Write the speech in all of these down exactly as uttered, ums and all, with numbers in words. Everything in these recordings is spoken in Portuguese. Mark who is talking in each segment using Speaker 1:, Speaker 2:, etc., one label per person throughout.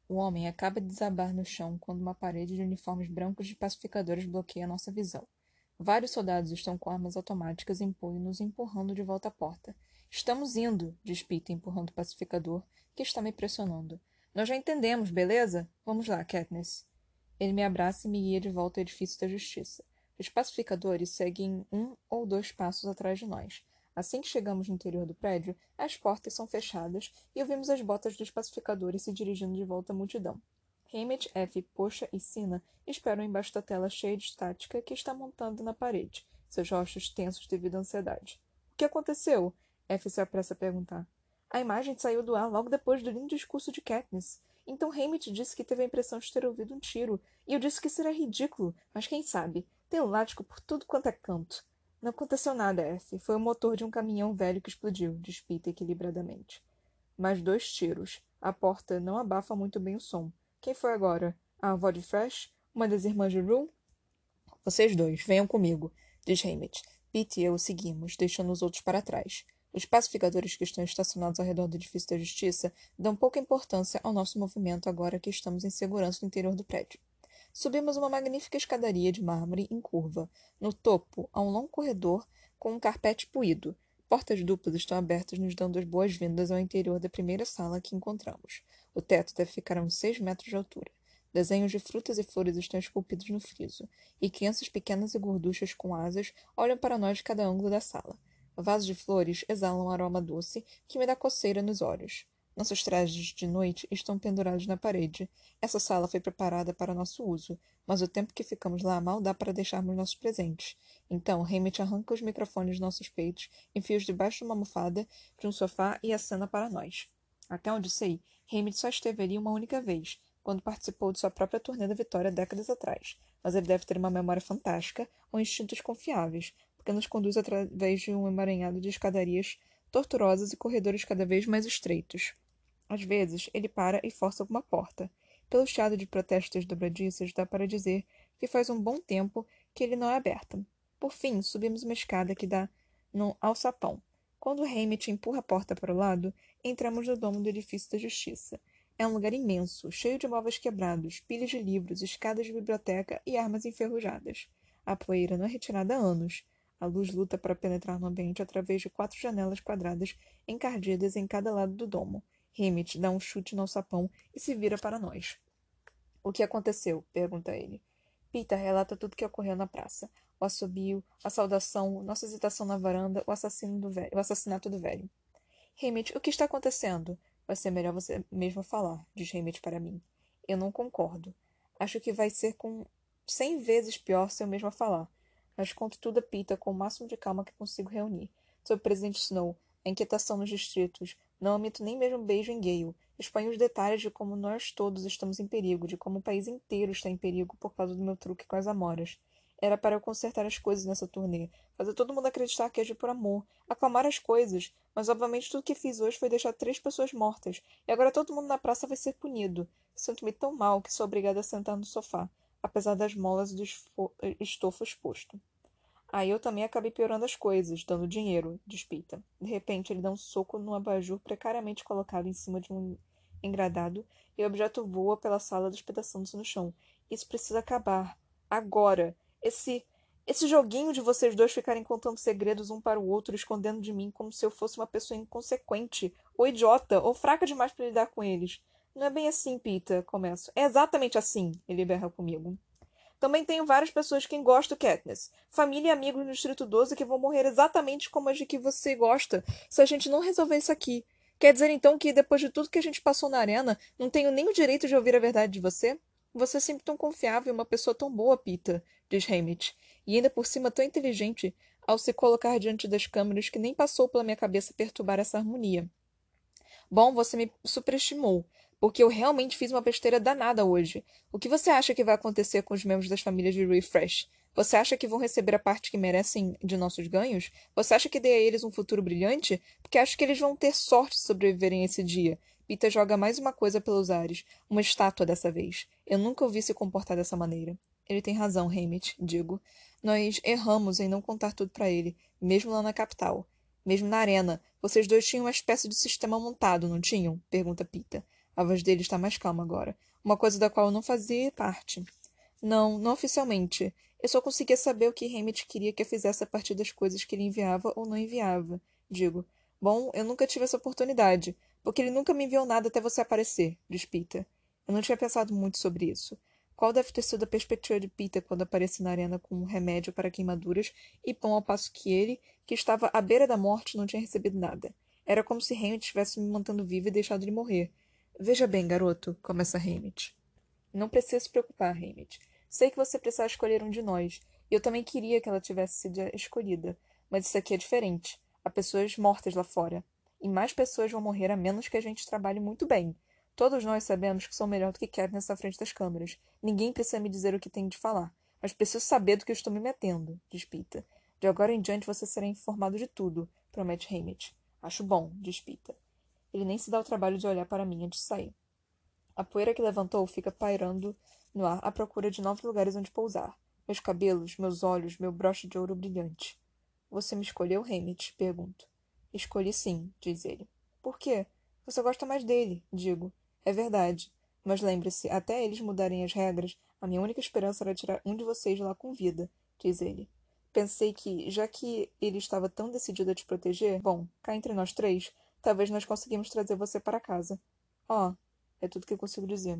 Speaker 1: O homem acaba de desabar no chão quando uma parede de uniformes brancos de pacificadores bloqueia nossa visão. Vários soldados estão com armas automáticas em punho nos empurrando de volta à porta. Estamos indo, diz Peter, empurrando o pacificador, que está me pressionando. Nós já entendemos, beleza? Vamos lá, Katniss. Ele me abraça e me guia de volta ao edifício da justiça. Os pacificadores seguem um ou dois passos atrás de nós. Assim que chegamos no interior do prédio, as portas são fechadas e ouvimos as botas dos pacificadores se dirigindo de volta à multidão. Hammett, F, Poxa e Sina esperam embaixo da tela cheia de estática que está montando na parede, seus rostos tensos devido à ansiedade. O que aconteceu? F se apressa a perguntar. A imagem saiu do ar logo depois do lindo discurso de Katniss. Então Hammett disse que teve a impressão de ter ouvido um tiro, e eu disse que seria ridículo, mas quem sabe? Tem lunático por tudo quanto é canto. Não aconteceu nada, F. Foi o motor de um caminhão velho que explodiu, diz Peter equilibradamente. Mais dois tiros. A porta não abafa muito bem o som. Quem foi agora? A avó de Fresh? Uma das irmãs de Rue? Vocês dois, venham comigo, diz Hammett. Pete e eu o seguimos, deixando os outros para trás. Os pacificadores que estão estacionados ao redor do edifício da justiça dão pouca importância ao nosso movimento agora que estamos em segurança no interior do prédio. Subimos uma magnífica escadaria de mármore em curva. No topo, há um longo corredor com um carpete puído. Portas duplas estão abertas, nos dando as boas-vindas ao interior da primeira sala que encontramos. O teto deve ficar a uns seis metros de altura. Desenhos de frutas e flores estão esculpidos no friso, e crianças pequenas e gorduchas com asas olham para nós de cada ângulo da sala. Vasos de flores exalam um aroma doce que me dá coceira nos olhos. Nossos trajes de noite estão pendurados na parede. Essa sala foi preparada para nosso uso, mas o tempo que ficamos lá mal dá para deixarmos nossos presentes. Então, Hammett arranca os microfones de nossos peitos, enfia-os debaixo de uma almofada, de um sofá e acena para nós. Até onde sei, Hammett só esteve ali uma única vez, quando participou de sua própria turnê da Vitória décadas atrás, mas ele deve ter uma memória fantástica ou instintos confiáveis, porque nos conduz através de um emaranhado de escadarias tortuosas e corredores cada vez mais estreitos. Às vezes, ele para e força alguma porta. Pelo chiado de protestos dobradiças, dá para dizer que faz um bom tempo que ele não é aberta. Por fim, subimos uma escada que dá num alçapão. Quando Hammett empurra a porta para o lado, entramos no domo do edifício da justiça. É um lugar imenso, cheio de móveis quebrados, pilhas de livros, escadas de biblioteca e armas enferrujadas. A poeira não é retirada há anos. A luz luta para penetrar no ambiente através de quatro janelas quadradas encardidas em cada lado do domo. Hammett dá um chute no alçapão e se vira para nós. O que aconteceu? Pergunta ele. Peter relata tudo o que ocorreu na praça. O assobio, a saudação, nossa hesitação na varanda, o, assassino do velho, o assassinato do velho. Hammett, o que está acontecendo? Vai ser melhor você mesmo falar, diz Hammett para mim. Eu não concordo. Acho que vai ser com cem vezes pior se eu mesma falar. Mas conto tudo a Peter com o máximo de calma que consigo reunir. Sobre o presidente Snow, a inquietação nos distritos. Não omito nem mesmo um beijo em Gale. Exponho os detalhes de como nós todos estamos em perigo, de como o país inteiro está em perigo por causa do meu truque com as amoras. Era para eu consertar as coisas nessa turnê, fazer todo mundo acreditar que agi por amor, acalmar as coisas, mas obviamente tudo que fiz hoje foi deixar três pessoas mortas, e agora todo mundo na praça vai ser punido. Sinto-me tão mal que sou obrigada a sentar no sofá, apesar das molas e do estofo exposto. Aí eu também acabei piorando as coisas, dando dinheiro, diz Pita. De repente, ele dá um soco num abajur precariamente colocado em cima de um engradado e o objeto voa pela sala despedaçando-se no chão. Isso precisa acabar. Agora. Esse. Esse joguinho de vocês dois ficarem contando segredos um para o outro, escondendo de mim como se eu fosse uma pessoa inconsequente, ou idiota, ou fraca demais para lidar com eles. Não é bem assim, Pita, começo. É exatamente assim, ele berra comigo. Também tenho várias pessoas que gostam do Katniss. Família e amigos no Distrito doze que vão morrer exatamente como as de que você gosta, se a gente não resolver isso aqui. Quer dizer então que, depois de tudo que a gente passou na arena, não tenho nem o direito de ouvir a verdade de você? Você é sempre tão confiável e uma pessoa tão boa, Pita, diz Hammett, e ainda por cima tão inteligente ao se colocar diante das câmeras que nem passou pela minha cabeça perturbar essa harmonia. Bom, você me superestimou, porque eu realmente fiz uma besteira danada hoje. O que você acha que vai acontecer com os membros das famílias de Refresh? Você acha que vão receber a parte que merecem de nossos ganhos? Você acha que dei a eles um futuro brilhante? Porque acho que eles vão ter sorte de sobreviverem a esse dia. Peter joga mais uma coisa pelos ares. Uma estátua dessa vez. Eu nunca o vi se comportar dessa maneira. Ele tem razão, Hammett, digo. Nós erramos em não contar tudo para ele, mesmo lá na capital. Mesmo na arena, vocês dois tinham uma espécie de sistema montado, não tinham? Pergunta Pita. A voz dele está mais calma agora. Uma coisa da qual eu não fazia parte. Não, não oficialmente. Eu só conseguia saber o que Hammett queria que eu fizesse a partir das coisas que ele enviava ou não enviava. Digo, bom, eu nunca tive essa oportunidade, porque ele nunca me enviou nada até você aparecer, diz Peter. Eu não tinha pensado muito sobre isso. Qual deve ter sido a perspectiva de Peter quando apareci na arena com um remédio para queimaduras e pão ao passo que ele, que estava à beira da morte, não tinha recebido nada. Era como se Hammett estivesse me mantendo vivo e deixado ele morrer. Veja bem, garoto, começa Hammett. Não precisa se preocupar, Hammett. Sei que você precisa escolher um de nós, e eu também queria que ela tivesse sido escolhida, mas isso aqui é diferente. Há pessoas mortas lá fora. E mais pessoas vão morrer a menos que a gente trabalhe muito bem. Todos nós sabemos que sou melhor do que Katniss na frente das câmeras. Ninguém precisa me dizer o que tenho de falar. Mas preciso saber do que eu estou me metendo, diz Peeta. De agora em diante você será informado de tudo, promete Hammett. Acho bom, diz Peeta. Ele nem se dá o trabalho de olhar para mim antes de sair. A poeira que levantou fica pairando no ar à procura de novos lugares onde pousar. Meus cabelos, meus olhos, meu broche de ouro brilhante. Você me escolheu, Hammett? Pergunto. Escolhi sim, diz ele. Por quê? Você gosta mais dele, digo. É verdade. Mas lembre-se, até eles mudarem as regras, a minha única esperança era tirar um de vocês de lá com vida, diz ele. Pensei que, já que ele estava tão decidido a te proteger, bom, cá entre nós três, talvez nós conseguimos trazer você para casa. Oh, é tudo que eu consigo dizer.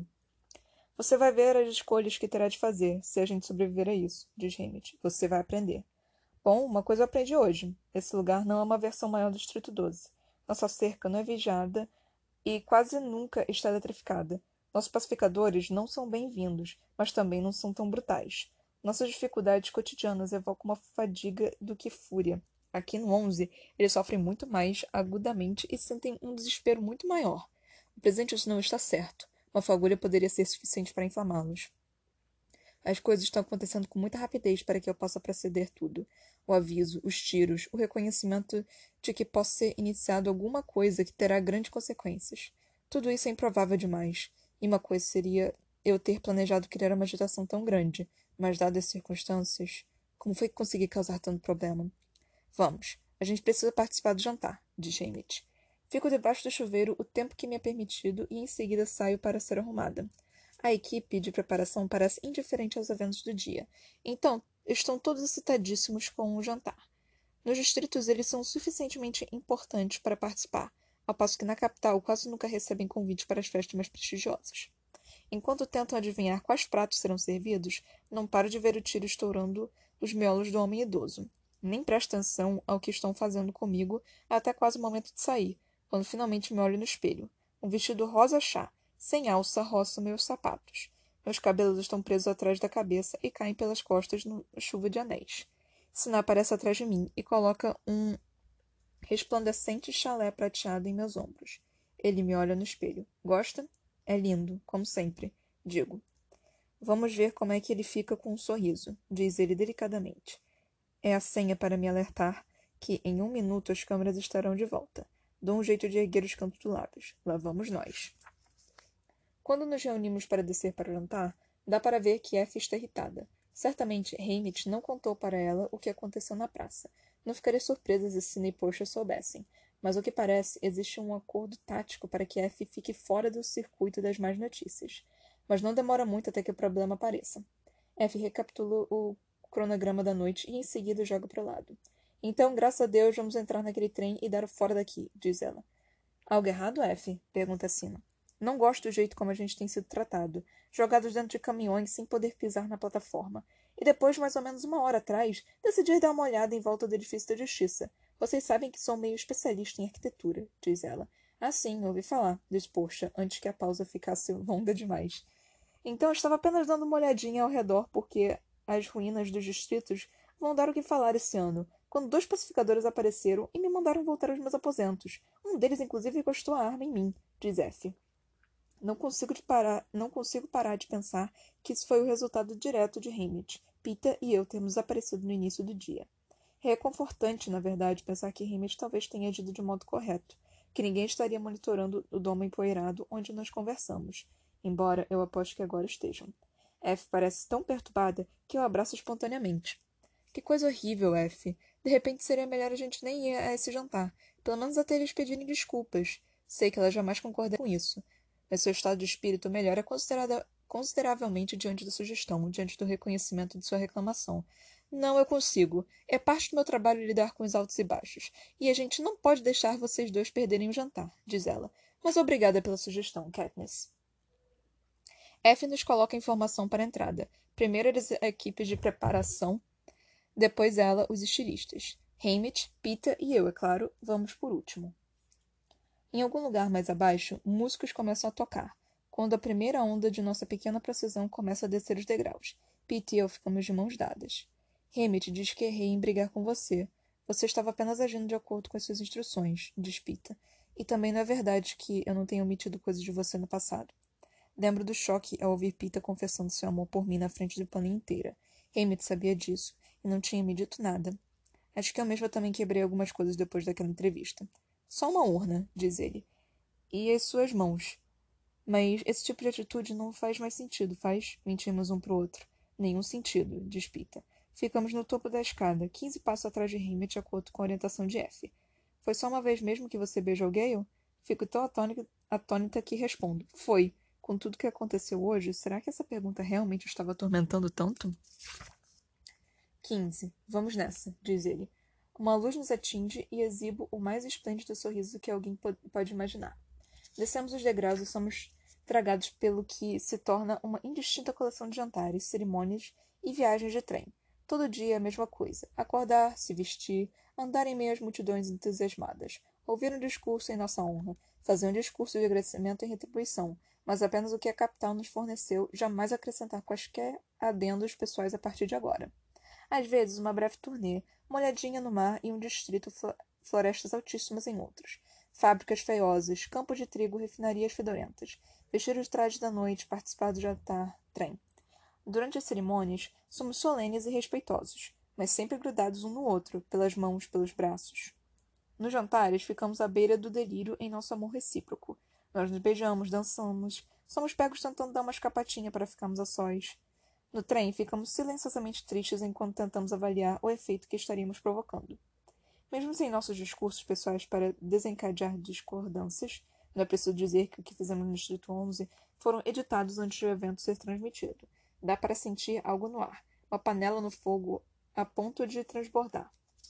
Speaker 1: Você vai ver as escolhas que terá de fazer, se a gente sobreviver a isso, diz Hammett. Você vai aprender. Bom, uma coisa eu aprendi hoje. Esse lugar não é uma versão maior do Distrito doze. Nossa cerca não é vigiada e quase nunca está eletrificada. Nossos pacificadores não são bem-vindos, mas também não são tão brutais. Nossas dificuldades cotidianas evocam uma fadiga do que fúria. Aqui no onze, eles sofrem muito mais agudamente e sentem um desespero muito maior. O presente não está certo. Uma fagulha poderia ser suficiente para inflamá-los. As coisas estão acontecendo com muita rapidez para que eu possa proceder tudo. O aviso, os tiros, o reconhecimento de que possa ser iniciado alguma coisa que terá grandes consequências. Tudo isso é improvável demais. E uma coisa seria eu ter planejado criar uma agitação tão grande, mas dadas as circunstâncias, como foi que consegui causar tanto problema? Vamos, a gente precisa participar do jantar, diz Hammett. Fico debaixo do chuveiro o tempo que me é permitido e em seguida saio para ser arrumada. A equipe de preparação parece indiferente aos eventos do dia, então estão todos excitadíssimos com o jantar. Nos distritos eles são suficientemente importantes para participar, ao passo que na capital quase nunca recebem convite para as festas mais prestigiosas. Enquanto tentam adivinhar quais pratos serão servidos, não paro de ver o tiro estourando os miolos do homem idoso. Nem presto atenção ao que estão fazendo comigo até quase o momento de sair, quando finalmente me olho no espelho. Um vestido rosa chá, sem alça, roça meus sapatos. Meus cabelos estão presos atrás da cabeça e caem pelas costas numa chuva de anéis. Sina aparece atrás de mim e coloca um resplandecente chalé prateado em meus ombros. Ele me olha no espelho. Gosta? É lindo, como sempre, digo. Vamos ver como é que ele fica com um sorriso, diz ele delicadamente. É a senha para me alertar que em um minuto as câmeras estarão de volta. Dou um jeito de erguer os cantos dos lábios. Lá vamos nós. Quando nos reunimos para descer para o jantar, dá para ver que Effie está irritada. Certamente Hammett não contou para ela o que aconteceu na praça. Não ficaria surpresa se Sina e Portia soubessem. Mas, ao que parece, existe um acordo tático para que Effie fique fora do circuito das más notícias. Mas não demora muito até que o problema apareça. Effie recapitula o cronograma da noite e em seguida joga para o lado. Então, graças a Deus, vamos entrar naquele trem e dar o fora daqui, diz ela. Algo errado, Effie? Pergunta Sina. Não gosto do jeito como a gente tem sido tratado, jogados dentro de caminhões sem poder pisar na plataforma. E depois, mais ou menos uma hora atrás, decidi dar uma olhada em volta do edifício da Justiça. Vocês sabem que sou meio especialista em arquitetura, diz ela. Ah, sim, ouvi falar, diz Portia, antes que a pausa ficasse longa demais. Então eu estava apenas dando uma olhadinha ao redor, porque as ruínas dos distritos vão dar o que falar esse ano, quando dois pacificadores apareceram e me mandaram voltar aos meus aposentos. Um deles, inclusive, encostou a arma em mim, diz Effie. Não consigo, de parar, não consigo parar de pensar que isso foi o resultado direto de Hammett, Peeta e eu termos aparecido no início do dia. É reconfortante, na verdade, pensar que Hammett talvez tenha agido de modo correto, que ninguém estaria monitorando o domo empoeirado onde nós conversamos, embora eu aposte que agora estejam. F parece tão perturbada que eu abraço espontaneamente. Que coisa horrível, F. De repente seria melhor a gente nem ir a esse jantar, pelo menos até eles pedirem desculpas. Sei que ela jamais concorda com isso. mas seu estado de espírito melhora considerada, consideravelmente diante da sugestão, diante do reconhecimento de sua reclamação. Não, eu consigo. É parte do meu trabalho lidar com os altos e baixos. E a gente não pode deixar vocês dois perderem o jantar, diz ela. Mas obrigada pela sugestão, Katniss. F nos coloca a informação para a entrada. Primeiro a equipe de preparação, depois ela, os estilistas. Haymitch, Peeta e eu, é claro, vamos por último. Em algum lugar mais abaixo, músicos começam a tocar, quando a primeira onda de nossa pequena procissão começa a descer os degraus. Peeta e eu ficamos de mãos dadas. Haymitch diz que errei em brigar com você. Você estava apenas agindo de acordo com as suas instruções, diz Peeta. E também não é verdade que eu não tenha omitido coisas de você no passado. Lembro do choque ao ouvir Peeta confessando seu amor por mim na frente de Panem inteira. Haymitch sabia disso, e não tinha me dito nada. Acho que eu mesma também quebrei algumas coisas depois daquela entrevista. Só uma urna, diz ele. E as suas mãos. Mas esse tipo de atitude não faz mais sentido, faz? Mentimos um pro outro. Nenhum sentido, diz Peeta. Ficamos no topo da escada, quinze passos atrás de Haymitch, de acordo com a orientação de F. Foi só uma vez mesmo que você beijou Gale? Fico tão atônica, atônita que respondo. Foi. Com tudo que aconteceu hoje, será que essa pergunta realmente estava atormentando tanto? Quinze. Vamos nessa, diz ele. Uma luz nos atinge e exibo o mais esplêndido sorriso que alguém pode imaginar. Descemos os degraus e somos tragados pelo que se torna uma indistinta coleção de jantares, cerimônias e viagens de trem. Todo dia a mesma coisa. Acordar, se vestir, andar em meio às multidões entusiasmadas, ouvir um discurso em nossa honra, fazer um discurso de agradecimento e retribuição, mas apenas o que a capital nos forneceu, jamais acrescentar quaisquer adendos pessoais a partir de agora. Às vezes, uma breve turnê, uma olhadinha no mar e um distrito, florestas altíssimas em outros. Fábricas feiosas, campos de trigo, refinarias fedorentas. Vestir os trajes da noite, participar do jantar, trem. Durante as cerimônias, somos solenes e respeitosos, mas sempre grudados um no outro, pelas mãos, pelos braços. Nos jantares, ficamos à beira do delírio em nosso amor recíproco. Nós nos beijamos, dançamos, somos pegos tentando dar uma escapatinha para ficarmos a sós. No trem, ficamos silenciosamente tristes enquanto tentamos avaliar o efeito que estaríamos provocando. Mesmo sem nossos discursos pessoais para desencadear discordâncias, não é preciso dizer que o que fizemos no Distrito onze foram editados antes do evento ser transmitido. Dá para sentir algo no ar, uma panela no fogo a ponto de transbordar.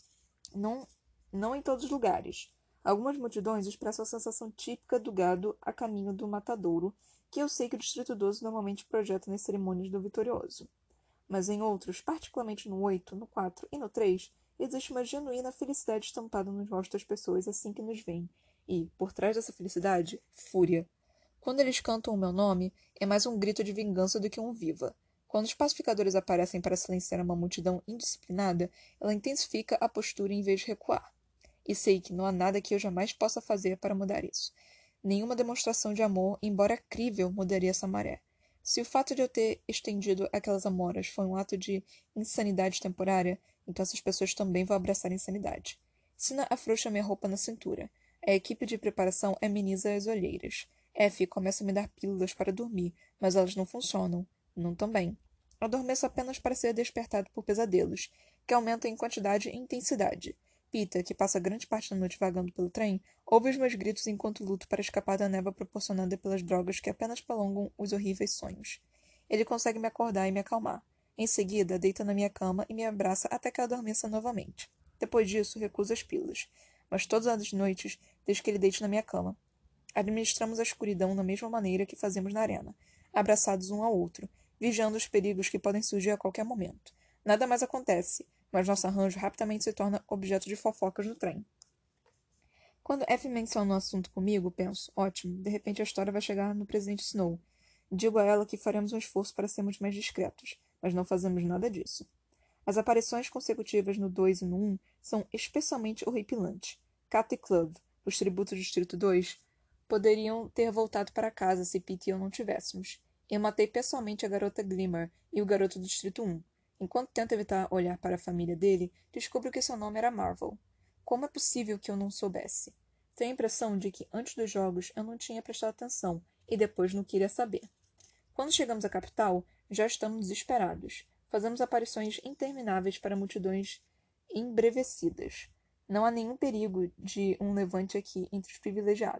Speaker 1: Não, não em todos os lugares. Algumas multidões expressam a sensação típica do gado a caminho do matadouro, que eu sei que o Distrito doze normalmente projeta nas cerimônias do vitorioso. Mas em outros, particularmente no oito, no quatro e no três, existe uma genuína felicidade estampada nos rostos das pessoas assim que nos veem. E, por trás dessa felicidade, fúria. Quando eles cantam o meu nome, é mais um grito de vingança do que um viva. Quando os pacificadores aparecem para silenciar uma multidão indisciplinada, ela intensifica a postura em vez de recuar. E sei que não há nada que eu jamais possa fazer para mudar isso. Nenhuma demonstração de amor, embora crível, mudaria essa maré. Se o fato de eu ter estendido aquelas amoras foi um ato de insanidade temporária, então essas pessoas também vão abraçar a insanidade. Sina afrouxa minha roupa na cintura. A equipe de preparação ameniza as olheiras. F começa a me dar pílulas para dormir, mas elas não funcionam. Não também. Adormeço apenas para ser despertado por pesadelos, que aumentam em quantidade e intensidade. Peeta, que passa grande parte da noite vagando pelo trem, ouve os meus gritos enquanto luto para escapar da névoa proporcionada pelas drogas que apenas prolongam os horríveis sonhos. Ele consegue me acordar e me acalmar. Em seguida, deita na minha cama e me abraça até que eu adormeça novamente. Depois disso, recuso as pílulas. Mas todas as noites, desde que ele deite na minha cama. Administramos a escuridão da mesma maneira que fazemos na arena, abraçados um ao outro, vigiando os perigos que podem surgir a qualquer momento. Nada mais acontece, mas nosso arranjo rapidamente se torna objeto de fofocas no trem. Quando F menciona o assunto comigo, penso, ótimo, de repente a história vai chegar no presidente Snow. Digo a ela que faremos um esforço para sermos mais discretos, mas não fazemos nada disso. As aparições consecutivas no dois e no um são especialmente horripilantes. Cat e Club, os tributos do Distrito dois, poderiam ter voltado para casa se Pete e eu não tivéssemos. Eu matei pessoalmente a garota Glimmer e o garoto do Distrito um. Enquanto tento evitar olhar para a família dele, descubro que seu nome era Marvel. Como é possível que eu não soubesse? Tenho a impressão de que antes dos jogos eu não tinha prestado atenção e depois não queria saber. Quando chegamos à capital, já estamos desesperados. Fazemos aparições intermináveis para multidões embrevecidas. Não há nenhum perigo de um levante aqui entre os privilegiados.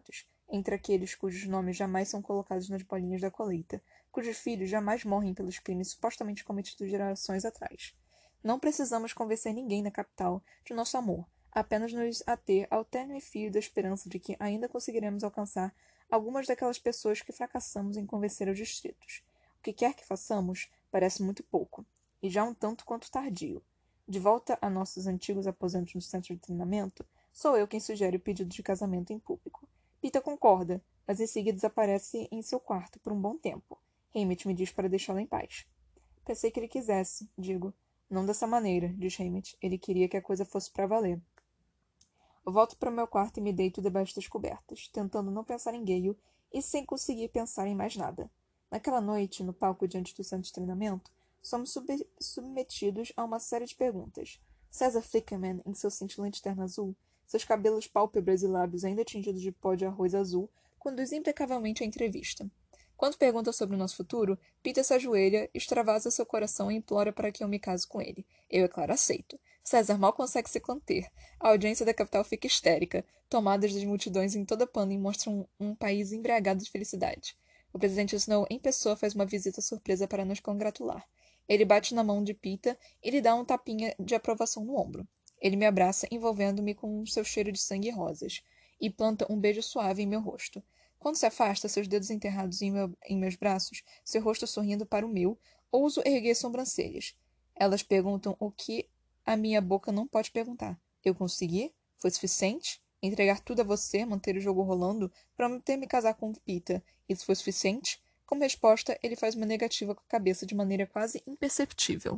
Speaker 1: entre aqueles cujos nomes jamais são colocados nas bolinhas da colheita, cujos filhos jamais morrem pelos crimes supostamente cometidos gerações atrás. Não precisamos convencer ninguém na capital de nosso amor, apenas nos ater ao tênue fio da esperança de que ainda conseguiremos alcançar algumas daquelas pessoas que fracassamos em convencer aos distritos. O que quer que façamos parece muito pouco, e já um tanto quanto tardio. De volta a nossos antigos aposentos no centro de treinamento, sou eu quem sugere o pedido de casamento em público. Pita concorda, mas em seguida desaparece em seu quarto por um bom tempo. Hammett me diz para deixá-la em paz. Pensei que ele quisesse, digo. Não dessa maneira, diz Hammett. Ele queria que a coisa fosse para valer. Eu volto para o meu quarto e me deito debaixo das cobertas, tentando não pensar em Gale e sem conseguir pensar em mais nada. Naquela noite, no palco diante do centro de treinamento, somos sub submetidos a uma série de perguntas. César Flickerman, em seu cintilante terno azul, seus cabelos, pálpebras e lábios ainda tingidos de pó de arroz azul, conduz impecavelmente a entrevista. Quando pergunta sobre o nosso futuro, Peter se ajoelha, extravasa seu coração e implora para que eu me case com ele. Eu, é claro, aceito. César mal consegue se conter. A audiência da capital fica histérica. Tomadas das multidões em toda Panem mostram um, um país embriagado de felicidade. O presidente Snow, em pessoa, faz uma visita surpresa para nos congratular. Ele bate na mão de Peter e lhe dá um tapinha de aprovação no ombro. Ele me abraça, envolvendo-me com seu cheiro de sangue e rosas, e planta um beijo suave em meu rosto. Quando se afasta, seus dedos enterrados em, meu, em meus braços, seu rosto sorrindo para o meu, ouso erguer sobrancelhas. Elas perguntam o que a minha boca não pode perguntar. Eu consegui? Foi suficiente? Entregar tudo a você, manter o jogo rolando, prometer me casar com Peter. Isso foi suficiente? Como resposta, ele faz uma negativa com a cabeça de maneira quase imperceptível.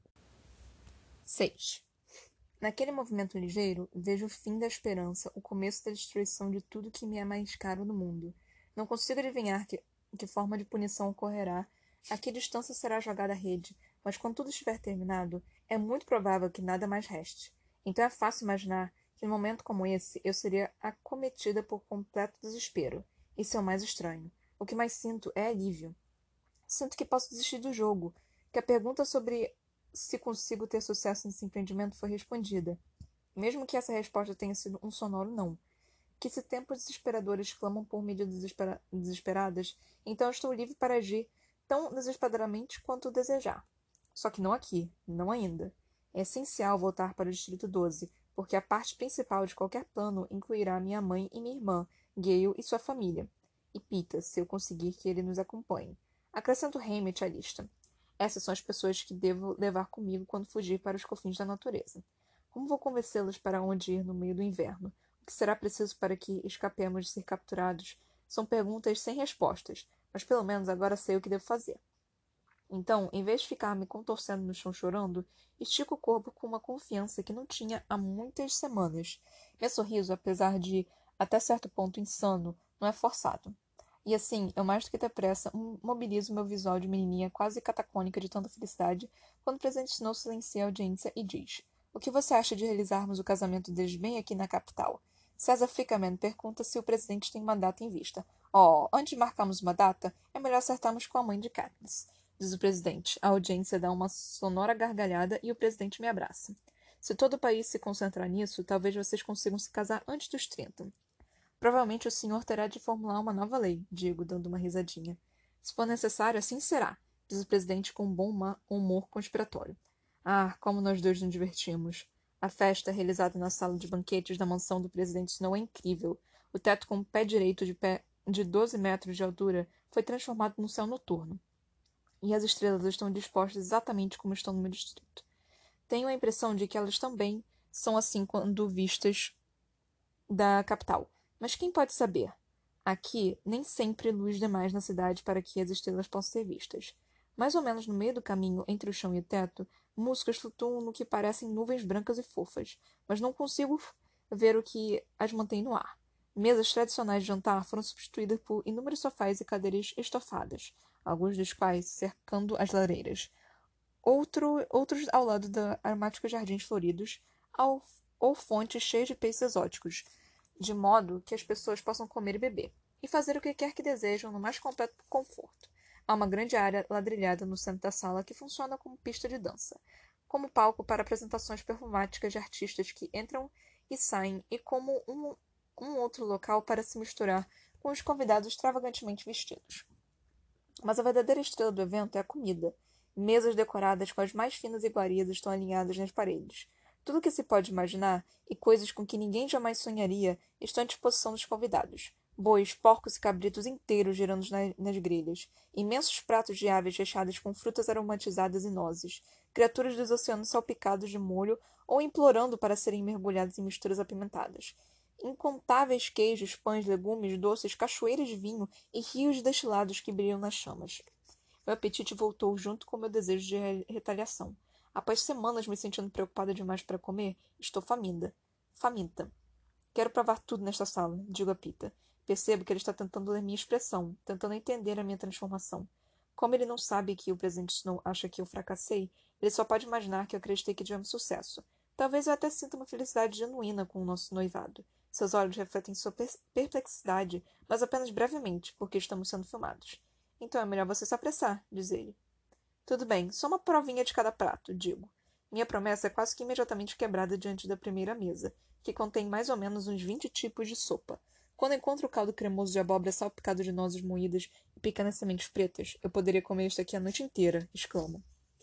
Speaker 1: seis. Naquele movimento ligeiro, vejo o fim da esperança, o começo da destruição de tudo que me é mais caro no mundo. Não consigo adivinhar que, que forma de punição ocorrerá, a que distância será jogada a rede, mas quando tudo estiver terminado, é muito provável que nada mais reste. Então é fácil imaginar que, num momento como esse, eu seria acometida por completo desespero. Isso é o mais estranho. O que mais sinto é alívio. Sinto que posso desistir do jogo, que a pergunta sobre se consigo ter sucesso nesse empreendimento foi respondida, mesmo que essa resposta tenha sido um sonoro não. Que se tempos desesperadores clamam por medidas desespera desesperadas, então estou livre para agir tão desesperadamente quanto desejar. Só que não aqui, não ainda. É essencial voltar para o Distrito doze, porque a parte principal de qualquer plano incluirá minha mãe e minha irmã, Gale e sua família. E Pita, se eu conseguir que ele nos acompanhe. Acrescento Hammett à lista. Essas são as pessoas que devo levar comigo quando fugir para os confins da natureza. Como vou convencê-las para onde ir no meio do inverno? O que será preciso para que escapemos de ser capturados? São perguntas sem respostas, mas pelo menos agora sei o que devo fazer. Então, em vez de ficar me contorcendo no chão chorando, estico o corpo com uma confiança que não tinha há muitas semanas. Meu sorriso, apesar de até certo ponto insano, não é forçado. E assim, eu mais do que depressa mobilizo meu visual de menininha quase catacônica de tanta felicidade, quando o presidente Snow silencia a audiência e diz: O que você acha de realizarmos o casamento deles bem aqui na capital? César Flickerman pergunta se o presidente tem uma data em vista. Oh, antes de marcarmos uma data, é melhor acertarmos com a mãe de Katniss, diz o presidente. A audiência dá uma sonora gargalhada e o presidente me abraça. Se todo o país se concentrar nisso, talvez vocês consigam se casar antes dos trinta. Provavelmente o senhor terá de formular uma nova lei, digo, dando uma risadinha. Se for necessário, assim será, diz o presidente com um bom humor conspiratório. Ah, como nós dois nos divertimos. A festa, realizada na sala de banquetes da mansão do presidente Snow, é incrível. O teto com o pé direito de pé de doze metros de altura foi transformado num céu noturno. E as estrelas estão dispostas exatamente como estão no meu distrito. Tenho a impressão de que elas também são assim quando vistas da capital. Mas quem pode saber? Aqui, nem sempre luz demais na cidade para que as estrelas possam ser vistas. Mais ou menos no meio do caminho entre o chão e o teto, músicas flutuam no que parecem nuvens brancas e fofas, mas não consigo ver o que as mantém no ar. Mesas tradicionais de jantar foram substituídas por inúmeros sofás e cadeiras estofadas, alguns dos quais cercando as lareiras. Outro, outros ao lado de aromáticos jardins floridos, ao, ou fontes cheias de peixes exóticos, de modo que as pessoas possam comer e beber, e fazer o que quer que desejam no mais completo conforto. Há uma grande área ladrilhada no centro da sala que funciona como pista de dança, como palco para apresentações performáticas de artistas que entram e saem, e como um, um outro local para se misturar com os convidados extravagantemente vestidos. Mas a verdadeira estrela do evento é a comida. Mesas decoradas com as mais finas iguarias estão alinhadas nas paredes. Tudo o que se pode imaginar, e coisas com que ninguém jamais sonharia, estão à disposição dos convidados. Bois, porcos e cabritos inteiros girando na, nas grelhas. Imensos pratos de aves recheados com frutas aromatizadas e nozes. Criaturas dos oceanos salpicados de molho ou implorando para serem mergulhadas em misturas apimentadas. Incontáveis queijos, pães, legumes, doces, cachoeiras de vinho e rios destilados que brilham nas chamas. Meu apetite voltou junto com meu desejo de re retaliação. Após semanas me sentindo preocupada demais para comer, estou faminta. Faminta. Quero provar tudo nesta sala, digo a Pita. Percebo que ele está tentando ler minha expressão, tentando entender a minha transformação. Como ele não sabe que o presidente Snow acha que eu fracassei, ele só pode imaginar que eu acreditei que tivemos sucesso. Talvez eu até sinta uma felicidade genuína com o nosso noivado. Seus olhos refletem sua per perplexidade, mas apenas brevemente, porque estamos sendo filmados. Então é melhor você se apressar, diz ele. Tudo bem, só uma provinha de cada prato, digo. Minha promessa é quase que imediatamente quebrada diante da primeira mesa, que contém mais ou menos uns vinte tipos de sopa. Quando encontro o caldo cremoso de abóbora salpicado de nozes moídas e pequenas sementes pretas, eu poderia comer isto aqui a noite inteira, exclamo.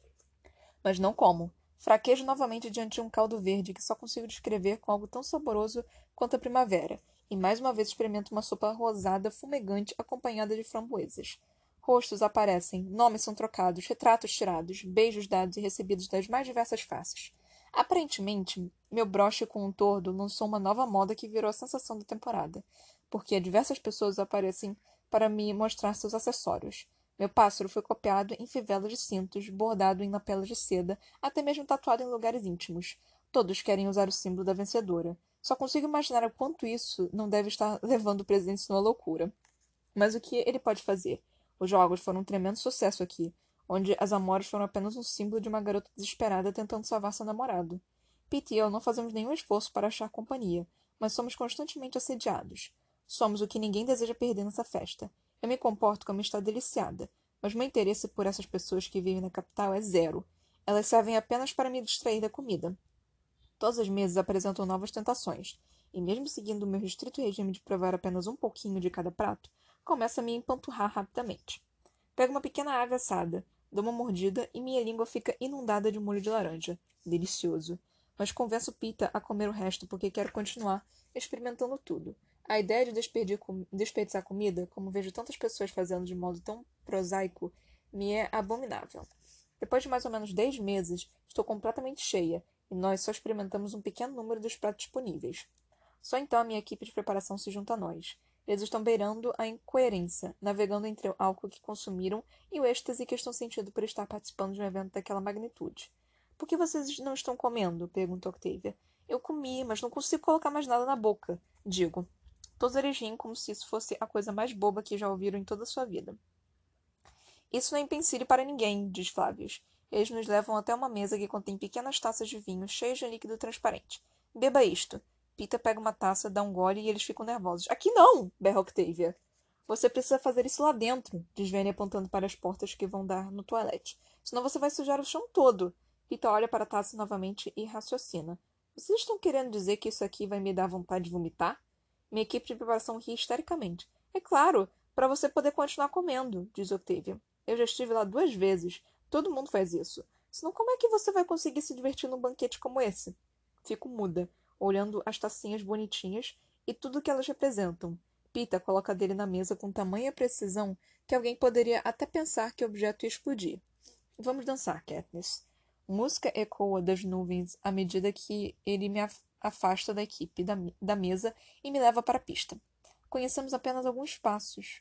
Speaker 1: Mas não como. Fraquejo novamente diante de um caldo verde que só consigo descrever com algo tão saboroso quanto a primavera, e mais uma vez experimento uma sopa rosada fumegante acompanhada de framboesas. Rostos aparecem, nomes são trocados, retratos tirados, beijos dados e recebidos das mais diversas faces. Aparentemente, meu broche com um tordo lançou uma nova moda que virou a sensação da temporada, porque diversas pessoas aparecem para me mostrar seus acessórios. Meu pássaro foi copiado em fivelas de cintos, bordado em lapelas de seda, até mesmo tatuado em lugares íntimos. Todos querem usar o símbolo da vencedora. Só consigo imaginar o quanto isso não deve estar levando o presidente numa loucura. Mas o que ele pode fazer? Os jogos foram um tremendo sucesso aqui, onde as amoras foram apenas um símbolo de uma garota desesperada tentando salvar seu namorado. Pete e eu não fazemos nenhum esforço para achar companhia, mas somos constantemente assediados. Somos o que ninguém deseja perder nessa festa. Eu me comporto como está deliciada, mas meu interesse por essas pessoas que vivem na capital é zero. Elas servem apenas para me distrair da comida. Todas as mesas apresentam novas tentações, e mesmo seguindo o meu restrito regime de provar apenas um pouquinho de cada prato, começo a me empanturrar rapidamente. Pego uma pequena ave assada, dou uma mordida e minha língua fica inundada de molho de laranja. Delicioso. Mas convenço Pita a comer o resto porque quero continuar experimentando tudo. A ideia de desperdiçar comida, como vejo tantas pessoas fazendo de modo tão prosaico, me é abominável. Depois de mais ou menos dez meses, estou completamente cheia, e nós só experimentamos um pequeno número dos pratos disponíveis. Só então a minha equipe de preparação se junta a nós. Eles estão beirando a incoerência, navegando entre o álcool que consumiram e o êxtase que estão sentindo por estar participando de um evento daquela magnitude. Por que vocês não estão comendo? Perguntou Octavia. Eu comi, mas não consigo colocar mais nada na boca, digo. Todos eles riem como se isso fosse a coisa mais boba que já ouviram em toda a sua vida. Isso não é empecilho para ninguém, diz Flávios. Eles nos levam até uma mesa que contém pequenas taças de vinho cheias de líquido transparente. Beba isto. Pita pega uma taça, dá um gole e eles ficam nervosos. Aqui não! Berra Octavia. Você precisa fazer isso lá dentro, diz Vane apontando para as portas que vão dar no toalete. Senão você vai sujar o chão todo. Pita olha para a taça novamente e raciocina. Vocês estão querendo dizer que isso aqui vai me dar vontade de vomitar? Minha equipe de preparação ri histericamente. É claro, para você poder continuar comendo, diz Octavia. Eu já estive lá duas vezes. Todo mundo faz isso. Senão como é que você vai conseguir se divertir num banquete como esse? Fico muda, olhando as tacinhas bonitinhas e tudo o que elas representam. Pita coloca a dele na mesa com tamanha precisão que alguém poderia até pensar que o objeto ia explodir. Vamos dançar, Katniss. Música ecoa das nuvens à medida que ele me afasta da equipe da, da mesa e me leva para a pista. Conhecemos apenas alguns passos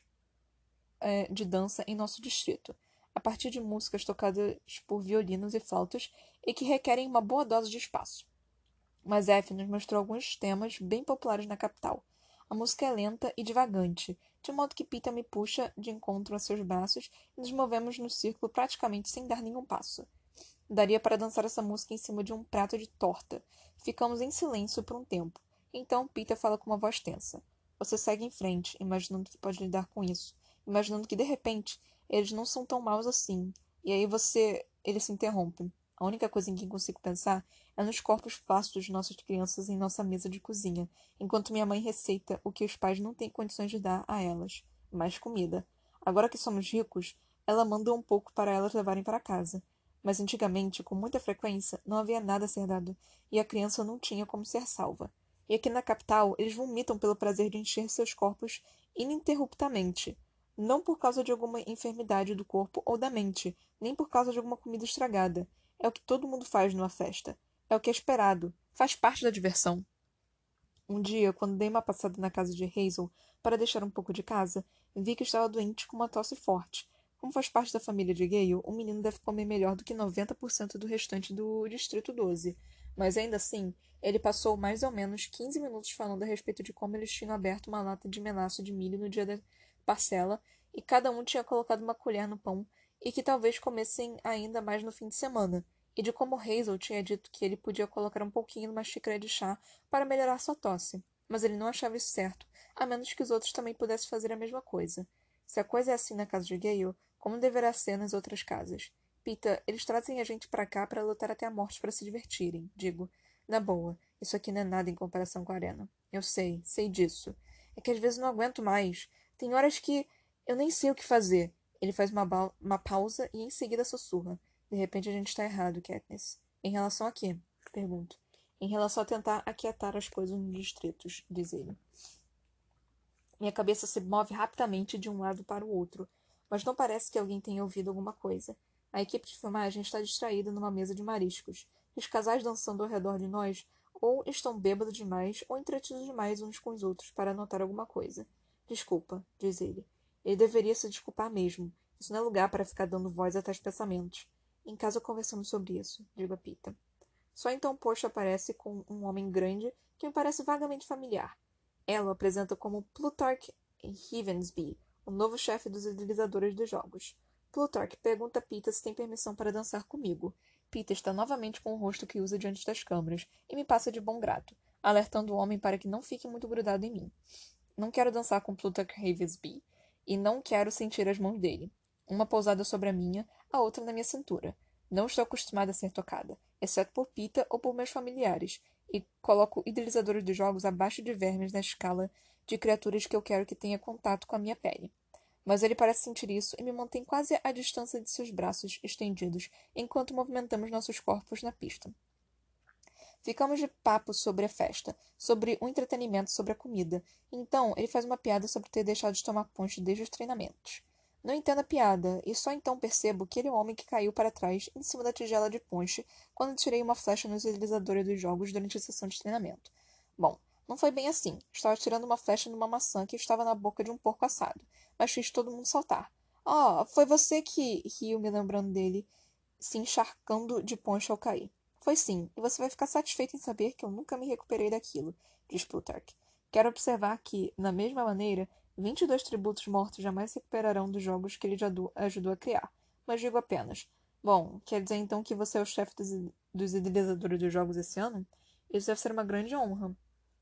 Speaker 1: é, de dança em nosso distrito, a partir de músicas tocadas por violinos e flautas e que requerem uma boa dose de espaço. Mas F nos mostrou alguns temas bem populares na capital. A música é lenta e divagante, de modo que Pita me puxa de encontro a seus braços e nos movemos no círculo praticamente sem dar nenhum passo. Daria para dançar essa música em cima de um prato de torta. Ficamos em silêncio por um tempo. Então Pita fala com uma voz tensa. Você segue em frente, imaginando que pode lidar com isso, imaginando que, de repente, eles não são tão maus assim. E aí você... Ele se interrompe. A única coisa em que consigo pensar é nos corpos flácidos de nossas crianças em nossa mesa de cozinha, enquanto minha mãe receita o que os pais não têm condições de dar a elas, mais comida. Agora que somos ricos, ela manda um pouco para elas levarem para casa. Mas antigamente, com muita frequência, não havia nada a ser dado, e a criança não tinha como ser salva. E aqui na capital, eles vomitam pelo prazer de encher seus corpos ininterruptamente. Não por causa de alguma enfermidade do corpo ou da mente, nem por causa de alguma comida estragada. É o que todo mundo faz numa festa. É o que é esperado. Faz parte da diversão. Um dia, quando dei uma passada na casa de Hazel para deixar um pouco de casa, vi que estava doente com uma tosse forte. Como faz parte da família de Gale, o menino deve comer melhor do que noventa por cento do restante do Distrito doze. Mas ainda assim, ele passou mais ou menos quinze minutos falando a respeito de como eles tinham aberto uma lata de melaço de milho no dia da parcela e cada um tinha colocado uma colher no pão e que talvez comessem ainda mais no fim de semana, e de como Hazel tinha dito que ele podia colocar um pouquinho numa xícara de chá para melhorar sua tosse. Mas ele não achava isso certo, a menos que os outros também pudessem fazer a mesma coisa. Se a coisa é assim na casa de Gale, como deverá ser nas outras casas? Pita, eles trazem a gente pra cá para lutar até a morte para se divertirem, digo. Na boa, isso aqui não é nada em comparação com a arena. Eu sei, sei disso. É que às vezes não aguento mais. Tem horas que eu nem sei o que fazer. Ele faz uma, uma pausa e em seguida sussurra. De repente a gente está errado, Katniss. Em relação a quê? Pergunto. Em relação a tentar aquietar as coisas nos distritos, diz ele. Minha cabeça se move rapidamente de um lado para o outro, mas não parece que alguém tenha ouvido alguma coisa. A equipe de filmagem está distraída numa mesa de mariscos. Os casais dançando ao redor de nós ou estão bêbados demais ou entretidos demais uns com os outros para notar alguma coisa. Desculpa, diz ele. Ele deveria se desculpar mesmo. Isso não é lugar para ficar dando voz a tais pensamentos. Em casa conversamos sobre isso, digo a Pita. Só então Porsche aparece com um homem grande que me parece vagamente familiar. Ela o apresenta como Plutarch Heavensby, o novo chefe dos idealizadores dos jogos. Plutarch pergunta a Pita se tem permissão para dançar comigo. Pita está novamente com o rosto que usa diante das câmeras e me passa de bom grado, alertando o homem para que não fique muito grudado em mim. Não quero dançar com Plutarch Heavensby e não quero sentir as mãos dele. Uma pousada sobre a minha, a outra na minha cintura. Não estou acostumada a ser tocada, exceto por Pita ou por meus familiares, e coloco idealizadores de jogos abaixo de vermes na escala de criaturas que eu quero que tenha contato com a minha pele. Mas ele parece sentir isso e me mantém quase à distância de seus braços estendidos enquanto movimentamos nossos corpos na pista. Ficamos de papo sobre a festa, sobre o entretenimento, sobre a comida. Então, ele faz uma piada sobre ter deixado de tomar ponche desde os treinamentos. Não entendo a piada, e só então percebo que ele é o homem que caiu para trás, em cima da tigela de ponche, quando tirei uma flecha nos idealizadores dos jogos durante a sessão de treinamento. Bom, não foi bem assim. Estava tirando uma flecha numa maçã que estava na boca de um porco assado, mas fiz todo mundo saltar. Oh, foi você que riu me lembrando dele, se encharcando de ponche ao cair. Foi sim, e você vai ficar satisfeito em saber que eu nunca me recuperei daquilo, diz Plutarch. Quero observar que, na mesma maneira, vinte e dois tributos mortos jamais se recuperarão dos jogos que ele já ajudou a criar. Mas digo apenas, bom, quer dizer então que você é o chefe dos, dos idealizadores dos jogos esse ano? Isso deve ser uma grande honra.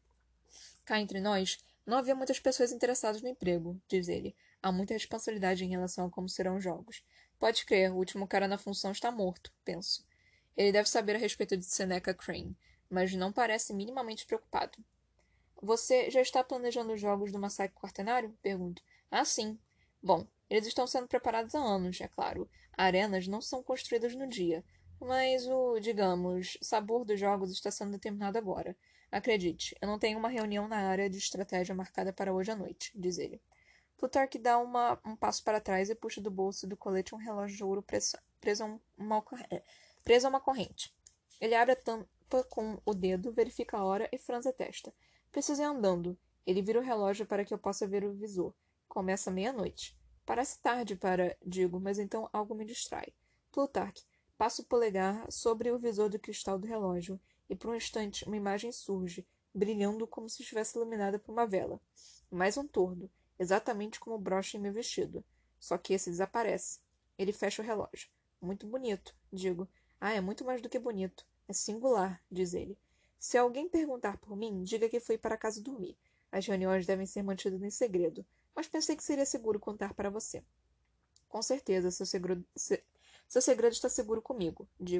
Speaker 1: Cá entre nós, não havia muitas pessoas interessadas no emprego, diz ele. Há muita responsabilidade em relação a como serão os jogos. Pode crer, o último cara na função está morto, penso. Ele deve saber a respeito de Seneca Crane, mas não parece minimamente preocupado. Você já está planejando os jogos do massacre quaternário? Pergunto. Ah, sim. Bom, eles estão sendo preparados há anos, é claro. Arenas não são construídas no dia, mas o, digamos, sabor dos jogos está sendo determinado agora. Acredite, eu não tenho uma reunião na área de estratégia marcada para hoje à noite, diz ele. Plutarch dá uma, um passo para trás e puxa do bolso do colete um relógio de ouro preso, preso, a, uma, preso a uma corrente. Ele abre a tampa com o dedo, verifica a hora e franze a testa. Preciso ir andando. Ele vira o relógio para que eu possa ver o visor. Começa meia-noite. Parece tarde para, digo, mas então algo me distrai. Plutarch, passa o polegar sobre o visor do cristal do relógio, e por um instante uma imagem surge, brilhando como se estivesse iluminada por uma vela. Mais um tordo, exatamente como o broche em meu vestido. Só que esse desaparece. Ele fecha o relógio. Muito bonito, digo. Ah, é muito mais do que bonito. É singular, diz ele. Se alguém perguntar por mim, diga que fui para casa dormir. As reuniões devem ser mantidas em segredo, mas pensei que seria seguro contar para você. Com certeza, seu segredo, se, seu segredo está seguro comigo, digo.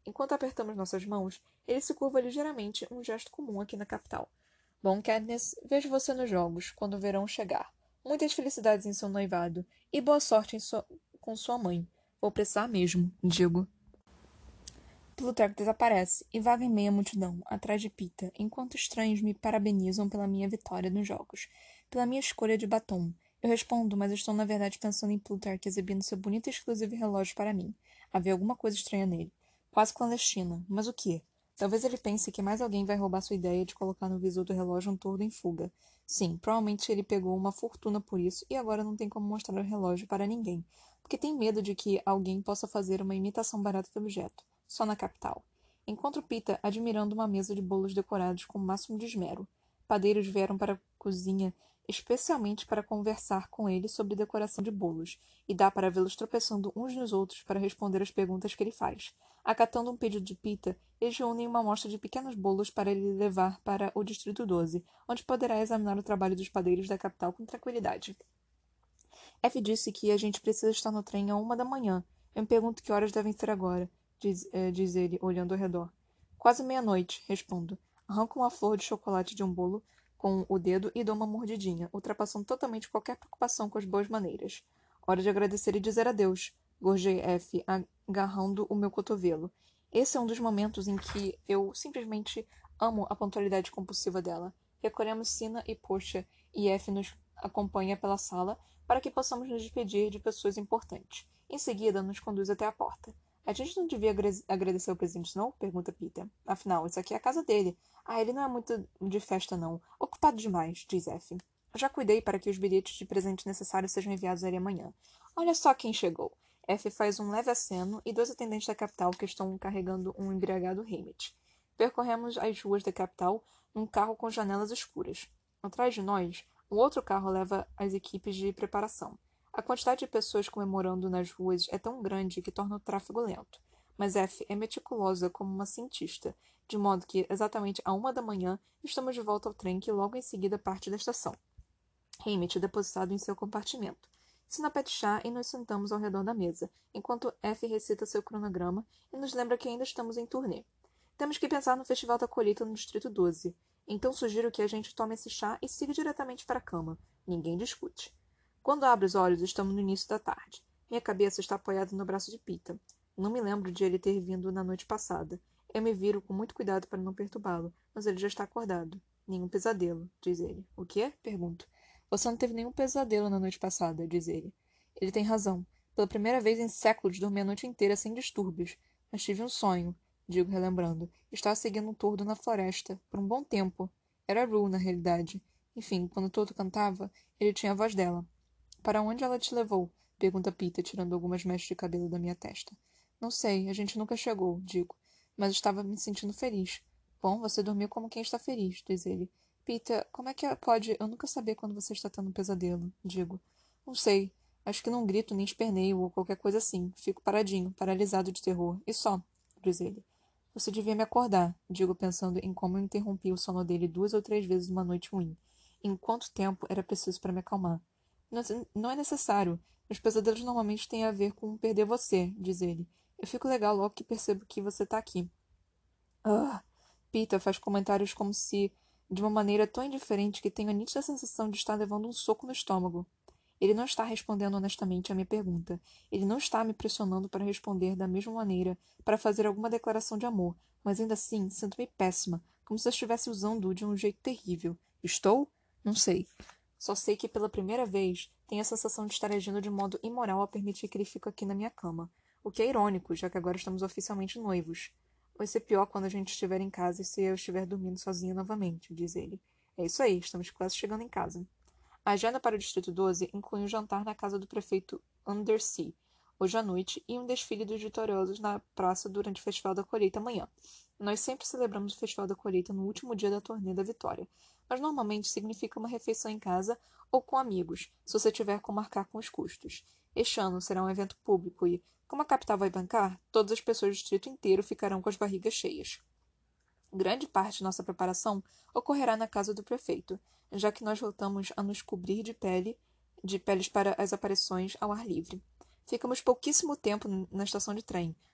Speaker 1: Enquanto apertamos nossas mãos, ele se curva ligeiramente, um gesto comum aqui na capital. Bom, Katniss, vejo você nos jogos, quando o verão chegar. Muitas felicidades em seu noivado, e boa sorte em sua... com sua mãe. Vou precisar mesmo, digo. Plutarco desaparece e vaga em meia multidão, atrás de Pita, enquanto estranhos me parabenizam pela minha vitória nos jogos, pela minha escolha de batom. Eu respondo, mas estou na verdade pensando em Plutarco exibindo seu bonito e exclusivo relógio para mim. Havia alguma coisa estranha nele. Quase clandestina. Mas o quê? Talvez ele pense que mais alguém vai roubar sua ideia de colocar no visor do relógio um tordo em fuga. Sim, provavelmente ele pegou uma fortuna por isso e agora não tem como mostrar o relógio para ninguém, porque tem medo de que alguém possa fazer uma imitação barata do objeto. Só na capital. Encontro Pita admirando uma mesa de bolos decorados com o máximo de esmero. Padeiros vieram para a cozinha especialmente para conversar com ele sobre decoração de bolos, e dá para vê-los tropeçando uns nos outros para responder às perguntas que ele faz. Acatando um pedido de Pita, eles reúnem uma amostra de pequenos bolos para ele levar para o Distrito doze, onde poderá examinar o trabalho dos padeiros da capital com tranquilidade. F disse que a gente precisa estar no trem a uma da manhã. Eu me pergunto que horas devem ser agora. Diz, eh, diz ele, olhando ao redor. Quase meia-noite, respondo. Arranco uma flor de chocolate de um bolo com o dedo e dou uma mordidinha, ultrapassando totalmente qualquer preocupação com as boas maneiras. Hora de agradecer e dizer adeus, gorjei F, agarrando o meu cotovelo. Esse é um dos momentos em que eu simplesmente amo a pontualidade compulsiva dela. Recolhemos Sina e Porsche, e F nos acompanha pela sala para que possamos nos despedir de pessoas importantes. Em seguida, nos conduz até a porta. A gente não devia agradecer ao presidente Snow? Pergunta Peter. Afinal, isso aqui é a casa dele. Ah, ele não é muito de festa, não. Ocupado demais, diz F. Já cuidei para que os bilhetes de presente necessários sejam enviados a ele amanhã. Olha só quem chegou. F faz um leve aceno e dois atendentes da capital que estão carregando um embriagado Haymitch. Percorremos as ruas da capital num carro com janelas escuras. Atrás de nós, um outro carro leva as equipes de preparação. A quantidade de pessoas comemorando nas ruas é tão grande que torna o tráfego lento. Mas F é meticulosa como uma cientista, de modo que, exatamente à uma da manhã, estamos de volta ao trem que logo em seguida parte da estação. Haymitch é depositado em seu compartimento. Sina pede chá e nos sentamos ao redor da mesa, enquanto F recita seu cronograma e nos lembra que ainda estamos em turnê. Temos que pensar no Festival da Colheita no Distrito doze. Então sugiro que a gente tome esse chá e siga diretamente para a cama. Ninguém discute. Quando abro os olhos, estamos no início da tarde. Minha cabeça está apoiada no braço de Pita. Não me lembro de ele ter vindo na noite passada. Eu me viro com muito cuidado para não perturbá-lo, mas ele já está acordado. Nenhum pesadelo, diz ele. O quê? Pergunto. Você não teve nenhum pesadelo na noite passada, diz ele. Ele tem razão. Pela primeira vez em séculos dormi a noite inteira sem distúrbios. Mas tive um sonho, digo relembrando. Estava seguindo um tordo na floresta, por um bom tempo. Era Rue, na realidade. Enfim, quando o tordo cantava, ele tinha a voz dela. Para onde ela te levou? Pergunta Pita, tirando algumas mechas de cabelo da minha testa. Não sei, a gente nunca chegou, digo. Mas estava me sentindo feliz. Bom, você dormiu como quem está feliz, diz ele. Pita, como é que pode eu nunca saber quando você está tendo um pesadelo? Digo. Não sei. Acho que não grito nem esperneio ou qualquer coisa assim. Fico paradinho, paralisado de terror. E só, diz ele. Você devia me acordar, digo pensando em como eu interrompi o sono dele duas ou três vezes numa noite ruim. Em quanto tempo era preciso para me acalmar? Não é necessário. Meus pesadelos normalmente têm a ver com perder você, diz ele. Eu fico legal logo que percebo que você está aqui. Ah! Pita faz comentários como se, de uma maneira tão indiferente que tenho a nítida sensação de estar levando um soco no estômago. Ele não está respondendo honestamente à minha pergunta. Ele não está me pressionando para responder da mesma maneira, para fazer alguma declaração de amor, mas ainda assim sinto-me péssima, como se eu estivesse usando-o de um jeito terrível. Estou? Não sei. Só sei que pela primeira vez tenho a sensação de estar agindo de modo imoral ao permitir que ele fique aqui na minha cama. O que é irônico, já que agora estamos oficialmente noivos. Vai ser pior quando a gente estiver em casa e se eu estiver dormindo sozinha novamente, diz ele. É isso aí, estamos quase chegando em casa. A agenda para o Distrito doze inclui um jantar na casa do prefeito Undersea, hoje à noite, e um desfile dos vitoriosos na praça durante o Festival da Colheita amanhã. Nós sempre celebramos o Festival da Colheita no último dia da turnê da Vitória, mas normalmente significa uma refeição em casa ou com amigos, se você tiver como marcar com os custos. Este ano será um evento público e, como a capital vai bancar, todas as pessoas do distrito inteiro ficarão com as barrigas cheias. Grande parte de nossa preparação ocorrerá na casa do prefeito, já que nós voltamos a nos cobrir de pele, de peles para as aparições ao ar livre. Ficamos pouquíssimo tempo na estação de trem,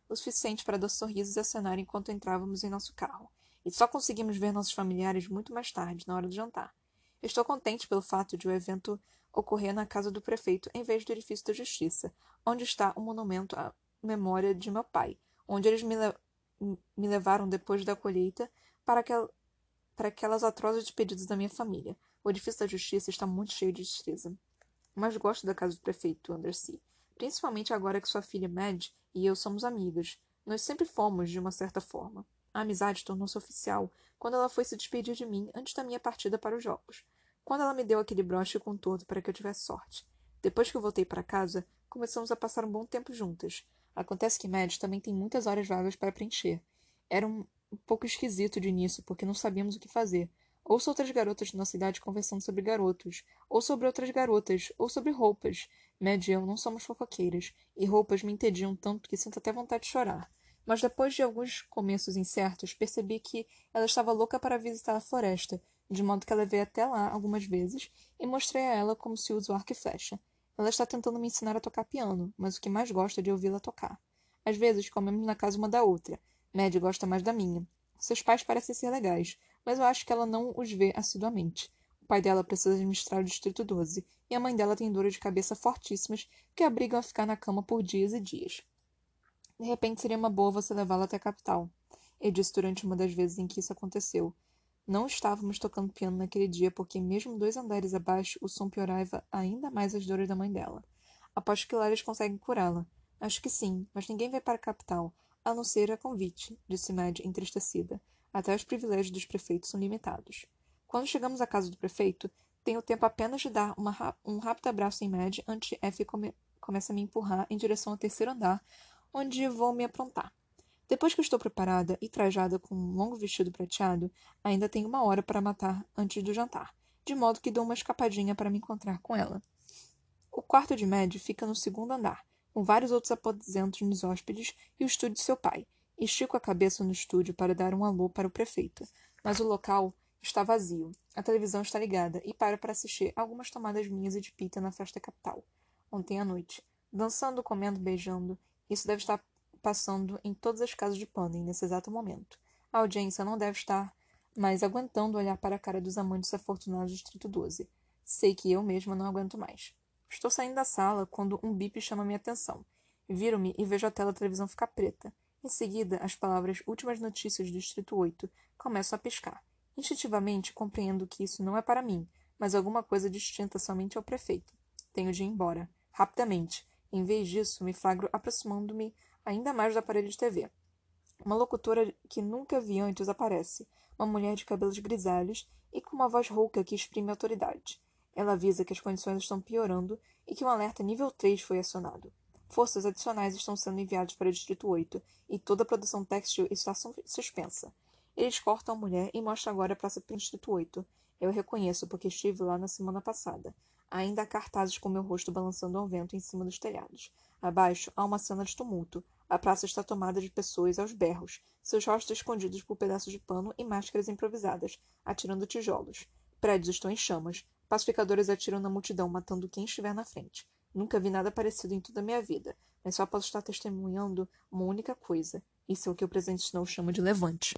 Speaker 1: o suficiente para dar sorrisos e acenar enquanto entrávamos em nosso carro. E só conseguimos ver nossos familiares muito mais tarde, na hora do jantar. Estou contente pelo fato de o evento ocorrer na casa do prefeito em vez do edifício da justiça, onde está o monumento à memória de meu pai, onde eles me, le me levaram depois da colheita para, aquel para aquelas atrozes despedidas da minha família. O edifício da justiça está muito cheio de tristeza. Mas gosto da casa do prefeito, Undersea. Principalmente agora que sua filha Mad e eu somos amigas. Nós sempre fomos, de uma certa forma. A amizade tornou-se oficial quando ela foi se despedir de mim antes da minha partida para os jogos. Quando ela me deu aquele broche com todo para que eu tivesse sorte. Depois que eu voltei para casa, começamos a passar um bom tempo juntas. Acontece que Mad também tem muitas horas vagas para preencher. Era um, um pouco esquisito de início, porque não sabíamos o que fazer. Ouço outras garotas da nossa idade conversando sobre garotos, ou sobre outras garotas, ou sobre roupas. Mad e eu não somos fofoqueiras, e roupas me entediam tanto que sinto até vontade de chorar. Mas depois de alguns começos incertos, percebi que ela estava louca para visitar a floresta, de modo que a levei até lá algumas vezes e mostrei a ela como se usa o arco e flecha. Ela está tentando me ensinar a tocar piano, mas o que mais gosta é de ouvi-la tocar. Às vezes comemos na casa uma da outra. Mad gosta mais da minha. Seus pais parecem ser legais, mas eu acho que ela não os vê assiduamente. O pai dela precisa administrar o Distrito doze, e a mãe dela tem dores de cabeça fortíssimas que a obrigam a ficar na cama por dias e dias. De repente seria uma boa você levá-la até a capital. Ele disse durante uma das vezes em que isso aconteceu. Não estávamos tocando piano naquele dia porque, mesmo dois andares abaixo, o som piorava ainda mais as dores da mãe dela. Aposto que lá eles conseguem curá-la. Acho que sim, mas ninguém vai para a capital, a não ser a convite, disse Mad, entristecida. Até os privilégios dos prefeitos são limitados. Quando chegamos à casa do prefeito, tenho tempo apenas de dar uma, um rápido abraço em Mad antes de Effie come, começa a me empurrar em direção ao terceiro andar, onde vou me aprontar. Depois que estou preparada e trajada com um longo vestido prateado, ainda tenho uma hora para matar antes do jantar, de modo que dou uma escapadinha para me encontrar com ela. O quarto de Mad fica no segundo andar, com vários outros aposentos nos hóspedes e o estúdio de seu pai. Estico a cabeça no estúdio para dar um alô para o prefeito, mas o local está vazio. A televisão está ligada e paro para assistir algumas tomadas minhas e de Pita na festa capital. Ontem à noite. Dançando, comendo, beijando. Isso deve estar passando em todas as casas de Pandem nesse exato momento. A audiência não deve estar mais aguentando olhar para a cara dos amantes afortunados do Distrito doze. Sei que eu mesma não aguento mais. Estou saindo da sala quando um bip chama minha atenção. Viro-me e vejo a tela da televisão ficar preta. Em seguida, as palavras Últimas Notícias do Distrito oito começam a piscar. Instintivamente, compreendo que isso não é para mim, mas alguma coisa distinta somente ao prefeito. Tenho de ir embora. Rapidamente. Em vez disso, me flagro aproximando-me ainda mais do aparelho de T V. Uma locutora que nunca vi antes aparece. Uma mulher de cabelos grisalhos e com uma voz rouca que exprime autoridade. Ela avisa que as condições estão piorando e que um alerta nível três foi acionado. Forças adicionais estão sendo enviadas para o Distrito oito e toda a produção têxtil está suspensa. Eles cortam a mulher e mostram agora a praça do Distrito oito. Eu reconheço porque estive lá na semana passada. Ainda há cartazes com meu rosto balançando ao vento em cima dos telhados. Abaixo há uma cena de tumulto. A praça está tomada de pessoas aos berros, seus rostos escondidos por pedaços de pano e máscaras improvisadas, atirando tijolos. Prédios estão em chamas. Pacificadores atiram na multidão, matando quem estiver na frente. Nunca vi nada parecido em toda a minha vida, mas só posso estar testemunhando uma única coisa. Isso é o que o presidente Snow chama de levante.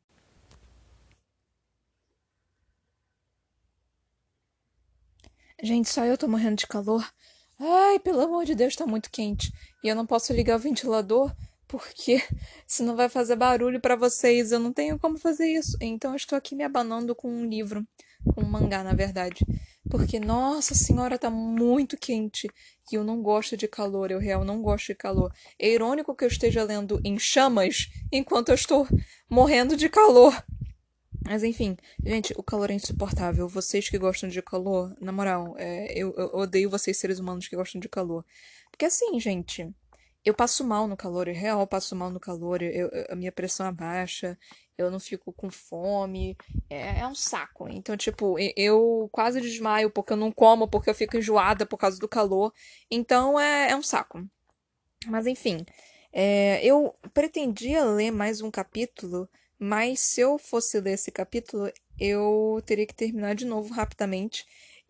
Speaker 1: Gente, só eu tô morrendo de calor. Ai, pelo amor de Deus, tá muito quente. E eu não posso ligar o ventilador porque senão vai fazer barulho pra vocês. Eu não tenho como fazer isso. Então eu estou aqui me abanando com um livro, com um mangá, na verdade. Porque, nossa senhora, tá muito quente. E eu não gosto de calor, eu real não gosto de calor. É irônico que eu esteja lendo em chamas enquanto eu estou morrendo de calor. Mas enfim, gente, o calor é insuportável. Vocês que gostam de calor, na moral, é, eu, eu odeio vocês seres humanos que gostam de calor. Porque assim, gente, eu passo mal no calor, eu real passo mal no calor, eu, eu- a minha pressão abaixa, eu não fico com fome, é, é um saco. Então, tipo, e- eu quase desmaio porque eu não como, porque eu fico enjoada por causa do calor. Então, é, é um saco. Mas enfim, é, eu pretendia ler mais um capítulo, mas se eu fosse ler esse capítulo, eu teria que terminar de novo rapidamente.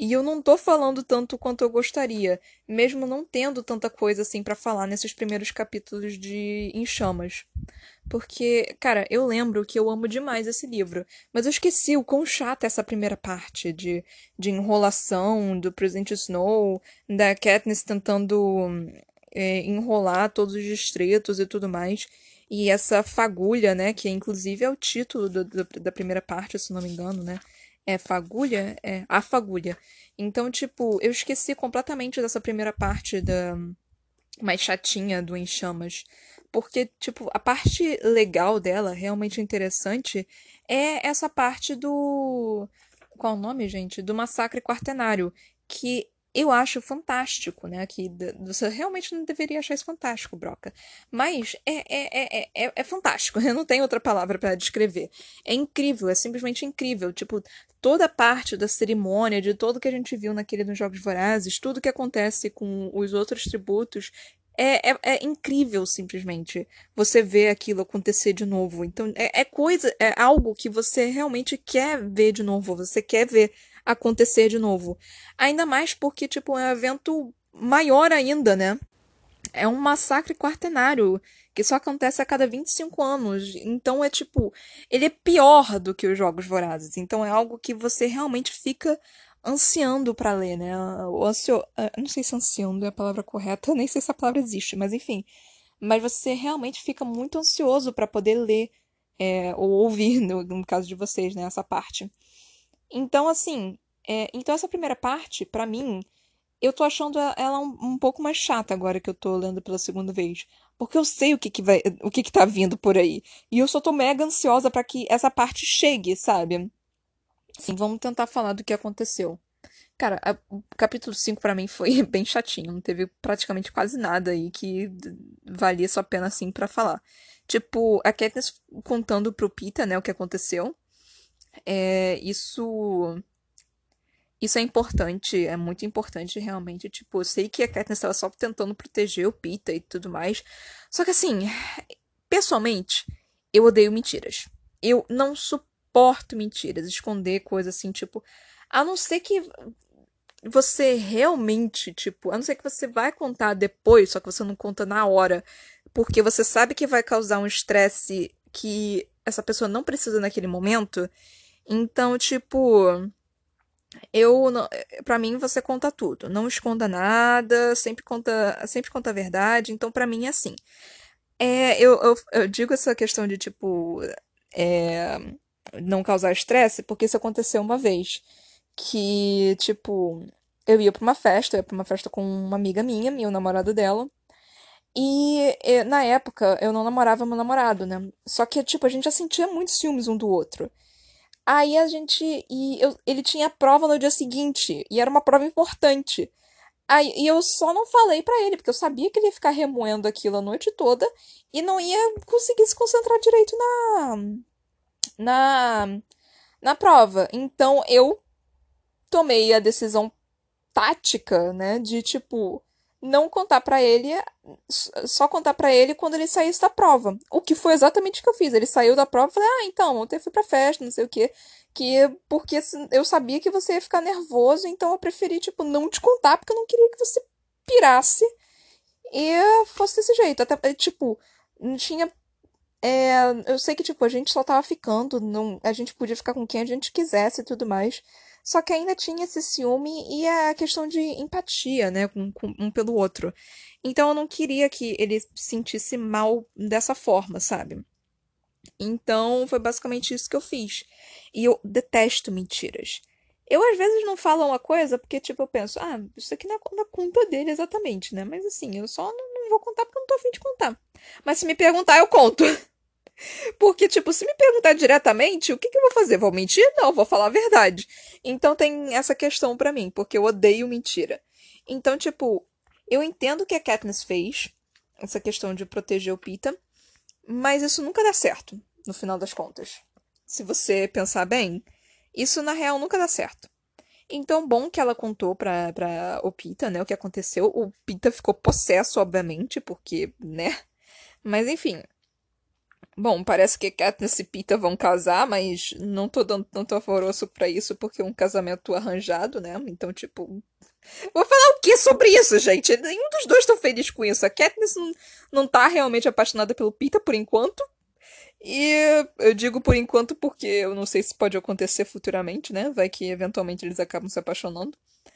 Speaker 1: E eu não tô falando tanto quanto eu gostaria, mesmo não tendo tanta coisa assim pra falar nesses primeiros capítulos de Em Chamas. Porque, cara, eu lembro que eu amo demais esse livro, mas eu esqueci o quão chata é essa primeira parte de, de enrolação do Presidente Snow, da Katniss tentando é, enrolar todos os distritos e tudo mais. E essa fagulha, né, que inclusive é o título do- do- da primeira parte, se não me engano, né? É fagulha? É a fagulha. Então, tipo, eu esqueci completamente dessa primeira parte da mais chatinha do Em Chamas. Porque, tipo, a parte legal dela, realmente interessante, é essa parte do. Qual é o nome, gente? Do massacre quartenário. Que eu acho fantástico, né? Que d- você realmente não deveria achar isso fantástico, Broca. Mas é, é, é, é, é fantástico. Eu não tenho outra palavra para descrever. É incrível, é simplesmente incrível. Tipo, toda a parte da cerimônia, de tudo que a gente viu naquele dos Jogos Vorazes, tudo que acontece com os outros tributos, é, é, é incrível, simplesmente, você ver aquilo acontecer de novo. Então, é, é coisa, é algo que você realmente quer ver de novo, você quer ver acontecer de novo. Ainda mais porque, tipo, é um evento maior ainda, né? É um massacre quartenário que só acontece a cada vinte e cinco anos. Então é tipo, ele é pior do que os Jogos Vorazes. Então é algo que você realmente fica ansiando pra ler, né? O ansio... ah, não sei se ansiando é a palavra correta, nem sei se a palavra existe, mas enfim. Mas você realmente fica muito ansioso pra poder ler, é, ou ouvir, no, no caso de vocês, né? Essa parte. Então, assim, é, então essa primeira parte, pra mim, eu tô achando a- ela um, um pouco mais chata agora que eu tô lendo pela segunda vez. Porque eu sei o que que vai, o que que tá vindo por aí. E eu só tô mega ansiosa pra que essa parte chegue, sabe? Sim, vamos tentar falar do que aconteceu. Cara, a- o capítulo cinco pra mim foi bem chatinho. Não teve praticamente quase nada aí que d- valia só a pena assim pra falar. Tipo, a Katniss contando pro Peeta, né, o que aconteceu. É, isso Isso é importante, é muito importante realmente. Tipo, eu sei que a Katniss estava só tentando proteger o Peeta e tudo mais. Só que assim, pessoalmente, eu odeio mentiras. Eu não suporto mentiras, esconder coisas assim, tipo. A não ser que você realmente, tipo, a não ser que você vai contar depois, só que você não conta na hora, porque você sabe que vai causar um estresse que essa pessoa não precisa naquele momento. Então, tipo. Eu, não- Pra mim, você conta tudo. Não esconda nada, sempre conta, sempre conta a verdade. Então, pra mim, é assim. É, eu, eu, eu digo essa questão de, tipo, é, não causar estresse, porque isso aconteceu uma vez. Que, tipo, eu ia pra uma festa, eu ia pra uma festa com uma amiga minha, e o namorado dela. E, eh, na época, eu não namorava meu namorado, né? Só que, tipo, a gente já sentia muitos ciúmes um do outro. Aí a gente. E eu- ele tinha prova no dia seguinte. E era uma prova importante. Aí, e eu só não falei pra ele, porque eu sabia que ele ia ficar remoendo aquilo a noite toda e não ia conseguir se concentrar direito na, na, na prova. Então eu tomei a decisão tática, né, de tipo não contar pra ele, só contar pra ele quando ele saísse da prova. O que foi exatamente o que eu fiz. Ele saiu da prova, e falei: "Ah, então, ontem eu fui pra festa, não sei o quê, que porque eu sabia que você ia ficar nervoso, então eu preferi tipo não te contar porque eu não queria que você pirasse e fosse desse jeito. Até tipo, não tinha é, eu sei que, tipo, a gente só tava ficando, não, a gente podia ficar com quem a gente quisesse e tudo mais. Só que ainda tinha esse ciúme e a questão de empatia, né, com, com- um pelo outro. Então eu não queria que ele se sentisse mal dessa forma, sabe? Então foi basicamente isso que eu fiz. E eu detesto mentiras. Eu às vezes não falo uma coisa porque, tipo, eu penso, ah, isso aqui não é da conta dele exatamente, né? Mas assim, eu só não, não vou contar porque eu não tô afim de contar. Mas se me perguntar, eu conto. Porque, tipo, se me perguntar diretamente, o que que eu vou fazer? Vou mentir? Não, vou falar a verdade. Então tem essa questão pra mim, porque eu odeio mentira. Então, tipo, eu entendo o que a Katniss fez, essa questão de proteger o Peeta, mas isso nunca dá certo, no final das contas. Se você pensar bem, isso na real nunca dá certo. Então, bom que ela contou pra, pra o Peeta, né, o que aconteceu. O Peeta ficou possesso, obviamente, porque, né? Mas enfim, Bom, parece que Katniss e Peeta vão casar, mas não tô dando tanto alvoroço pra isso porque é um casamento arranjado, né? Então, tipo, vou falar o que sobre isso, gente? Nenhum dos dois tá feliz com isso. A Katniss não, não tá realmente apaixonada pelo Peeta por enquanto. E eu digo por enquanto porque eu não sei se pode acontecer futuramente, né? Vai que eventualmente eles acabam se apaixonando.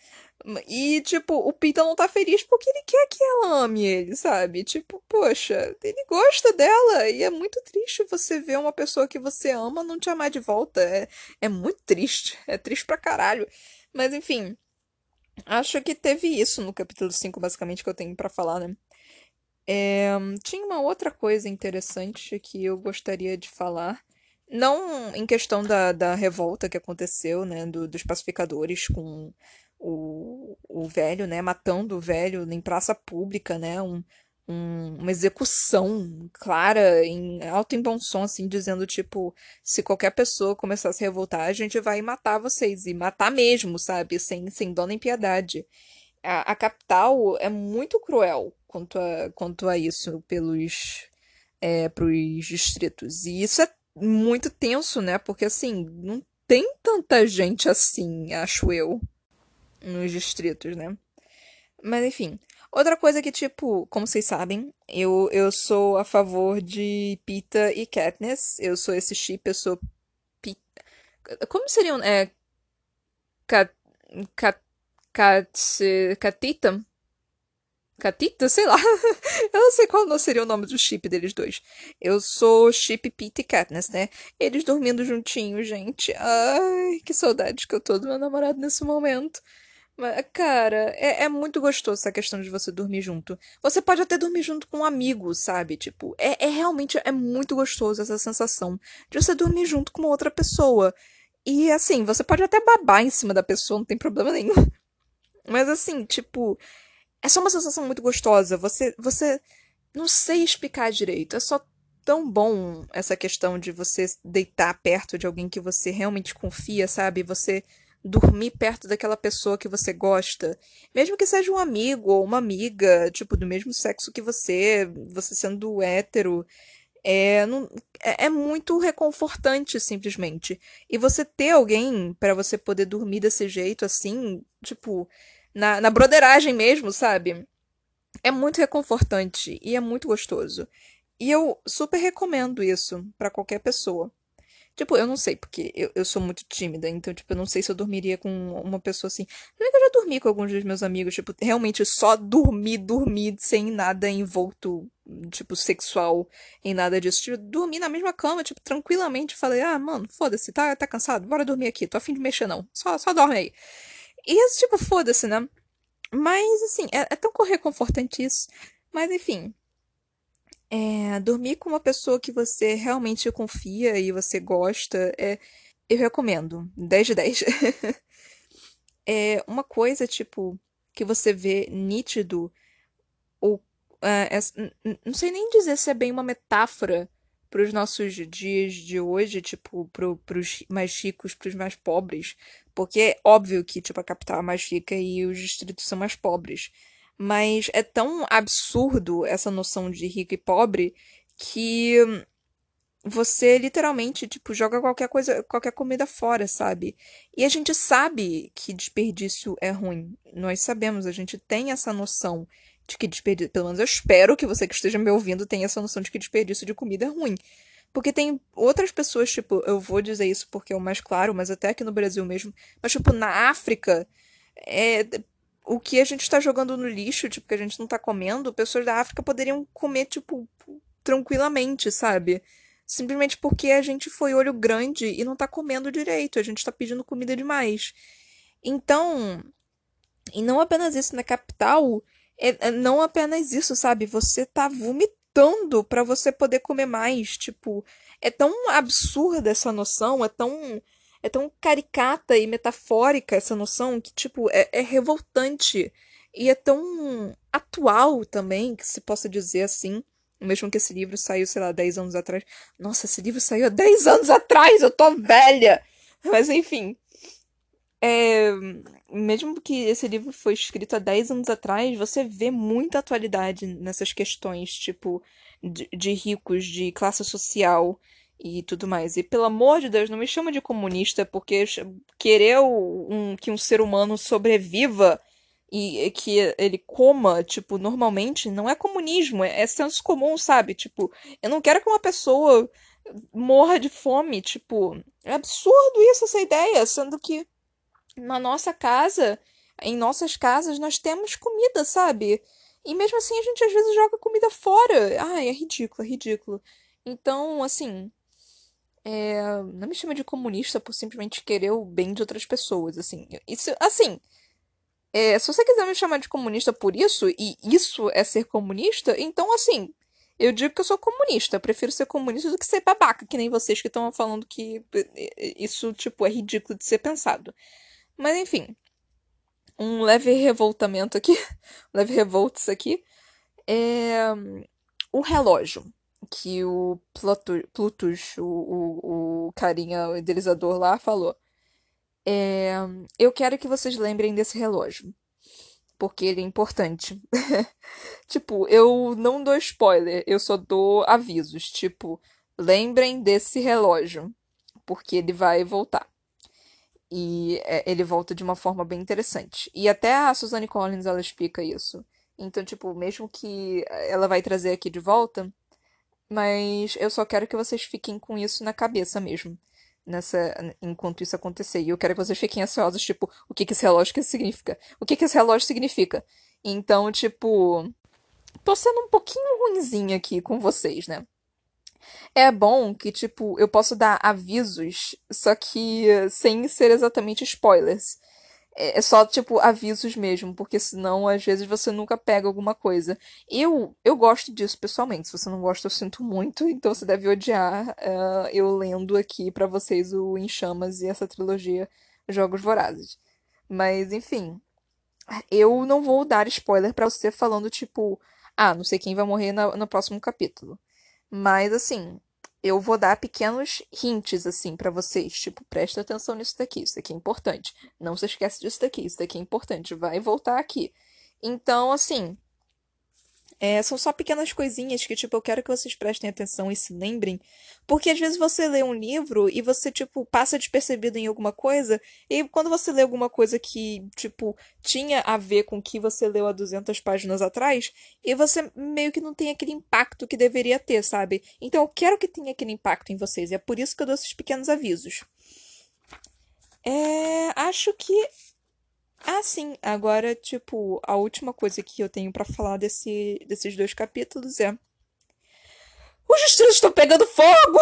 Speaker 1: E, tipo, o Peter não tá feliz porque ele quer que ela ame ele, sabe? Tipo, poxa, ele gosta dela. E é muito triste você ver uma pessoa que você ama não te amar de volta. É, é muito triste. É triste pra caralho. Mas, enfim, acho que teve isso no capítulo cinco basicamente, que eu tenho pra falar, né? É, tinha uma outra coisa interessante que eu gostaria de falar. Não em questão da, da revolta que aconteceu, né, do- dos pacificadores com o, o velho, né, matando o velho em praça pública, né, um, um- uma execução clara, em alto e bom som, assim, dizendo, tipo, se qualquer pessoa começar a se revoltar, a gente vai matar vocês, e matar mesmo, sabe, sem, sem dó nem piedade. A, a capital é muito cruel quanto a, quanto a isso pelos é, pros distritos. E isso é muito tenso, né? Porque assim, não tem tanta gente assim, acho eu, nos distritos, né? Mas enfim. Outra coisa que, tipo, como vocês sabem, eu, eu sou a favor de Pita e Katniss. Eu sou esse chip, eu sou. Pi- Como seriam. É. Cat. Cat. Cat. Catita? Catita? Sei lá. Eu não sei qual seria o nome do chip deles dois. Eu sou chip Pete e Katniss, né? Eles dormindo juntinhos, gente. Ai, que saudade que eu tô do meu namorado nesse momento. Mas, cara, é, é muito gostoso essa questão de você dormir junto. Você pode até dormir junto com um amigo, sabe? Tipo, é, é realmente é muito gostoso essa sensação de você dormir junto com uma outra pessoa. E assim, você pode até babar em cima da pessoa, não tem problema nenhum. Mas assim, tipo, é só uma sensação muito gostosa. Você, você não sei explicar direito. É só tão bom essa questão de você deitar perto de alguém que você realmente confia, sabe? Você dormir perto daquela pessoa que você gosta. Mesmo que seja um amigo ou uma amiga, tipo, do mesmo sexo que você, você sendo hétero. É, não- é, é muito reconfortante, simplesmente. E você ter alguém pra você poder dormir desse jeito, assim, tipo, na, na broderagem mesmo, sabe? É muito reconfortante e é muito gostoso. E eu super recomendo isso pra qualquer pessoa. Tipo, eu não sei, porque eu, eu sou muito tímida, então, tipo, eu não sei se eu dormiria com uma pessoa assim. Primeiro que eu já dormi com alguns dos meus amigos, tipo, realmente só dormir, dormir, sem nada envolto, tipo, sexual, em nada disso. Tipo, dormi na mesma cama, tipo, tranquilamente. Falei, ah, mano, foda-se, tá, tá cansado? Bora dormir aqui, tô a fim de mexer não. Só, só dorme aí. E, tipo, foda-se, né? Mas, assim, é, é tão reconfortante isso. Mas, enfim, é, dormir com uma pessoa que você realmente confia e você gosta, é, eu recomendo. Dez de dez. É uma coisa, tipo, que você vê nítido, ou. É, é- n- n- não sei nem dizer se é bem uma metáfora para os nossos dias de hoje, tipo, pro, pros mais ricos, pros mais pobres. Porque é óbvio que, tipo, a capital é mais rica e os distritos são mais pobres. Mas é tão absurdo essa noção de rico e pobre que você literalmente, tipo, joga qualquer coisa, qualquer comida fora, sabe? E a gente sabe que desperdício é ruim. Nós sabemos, a gente tem essa noção de que desperdício. Pelo menos eu espero que você que esteja me ouvindo tenha essa noção de que desperdício de comida é ruim. Porque tem outras pessoas, tipo, eu vou dizer isso porque é o mais claro, mas até aqui no Brasil mesmo. Mas, tipo, na África, é, o que a gente tá jogando no lixo, tipo, que a gente não tá comendo, pessoas da África poderiam comer, tipo, tranquilamente, sabe? Simplesmente porque a gente foi olho grande e não tá comendo direito, a gente tá pedindo comida demais. Então, e não apenas isso, na capital, é, é não apenas isso, sabe? Você tá vomitando pra você poder comer mais. Tipo, é tão absurda essa noção, é tão, é tão caricata e metafórica essa noção que, tipo, é, é revoltante. E é tão atual também, que se possa dizer assim. Mesmo que esse livro saiu, sei lá, dez anos atrás. Nossa, esse livro saiu há dez anos atrás, eu tô velha! Mas enfim. É, mesmo que esse livro foi escrito há dez anos atrás, você vê muita atualidade nessas questões, tipo, de, de ricos, de classe social e tudo mais. E pelo amor de Deus, não me chama de comunista, porque querer um, que um ser humano sobreviva e que ele coma, tipo, normalmente, não é comunismo, é, é senso comum, sabe? Tipo, eu não quero que uma pessoa morra de fome, tipo, é absurdo isso, essa ideia, sendo que na nossa casa, em nossas casas, nós temos comida, sabe? E mesmo assim a gente às vezes joga comida fora. Ai, é ridículo, é ridículo. Então, assim, é, não me chama de comunista por simplesmente querer o bem de outras pessoas, assim. Isso, assim, é, se você quiser me chamar de comunista por isso, e isso é ser comunista, então, assim, eu digo que eu sou comunista. Eu prefiro ser comunista do que ser babaca, que nem vocês que estão falando que é, é, isso, tipo, é ridículo de ser pensado. Mas, enfim, um leve revoltamento aqui, um leve revoltos aqui, é o relógio que o Pluto, Plutus, o, o, o carinha, o idealizador lá, falou. É, eu quero que vocês lembrem desse relógio, porque ele é importante. Tipo, eu não dou spoiler, eu só dou avisos. Tipo, lembrem desse relógio, porque ele vai voltar. E é, ele volta de uma forma bem interessante. E até a Suzanne Collins ela explica isso. Então, tipo, mesmo que ela vai trazer aqui de volta, mas eu só quero que vocês fiquem com isso na cabeça mesmo. Nessa, enquanto isso acontecer. E eu quero que vocês fiquem ansiosos, tipo, o que que esse relógio que significa? O que que esse relógio significa? Então, tipo, tô sendo um pouquinho ruinzinha aqui com vocês, né? É bom que, tipo, eu posso dar avisos, só que eh, sem ser exatamente spoilers. É é só, tipo, avisos mesmo, porque senão, às vezes, você nunca pega alguma coisa. Eu, eu gosto disso pessoalmente. Se você não gosta, eu sinto muito, então você deve odiar eh, eu lendo aqui pra vocês o Em Chamas e essa trilogia Jogos Vorazes. Mas, enfim, eu não vou dar spoiler pra você falando, tipo, ah, não sei quem vai morrer na- no próximo capítulo. Mas assim, eu vou dar pequenos hints assim pra vocês, tipo, presta atenção nisso daqui, isso daqui é importante. Não se esquece disso daqui, isso daqui é importante, vai voltar aqui. Então, assim, é, são só pequenas coisinhas que, tipo, eu quero que vocês prestem atenção e se lembrem, porque às vezes você lê um livro e você, tipo, passa despercebido em alguma coisa, e quando você lê alguma coisa que, tipo, tinha a ver com o que você leu há duzentas páginas atrás, e você meio que não tem aquele impacto que deveria ter, sabe? Então eu quero que tenha aquele impacto em vocês, e é por isso que eu dou esses pequenos avisos. É, acho que ah, sim. Agora, tipo, a última coisa que eu tenho pra falar desse, desses dois capítulos é: os distritos estão pegando fogo!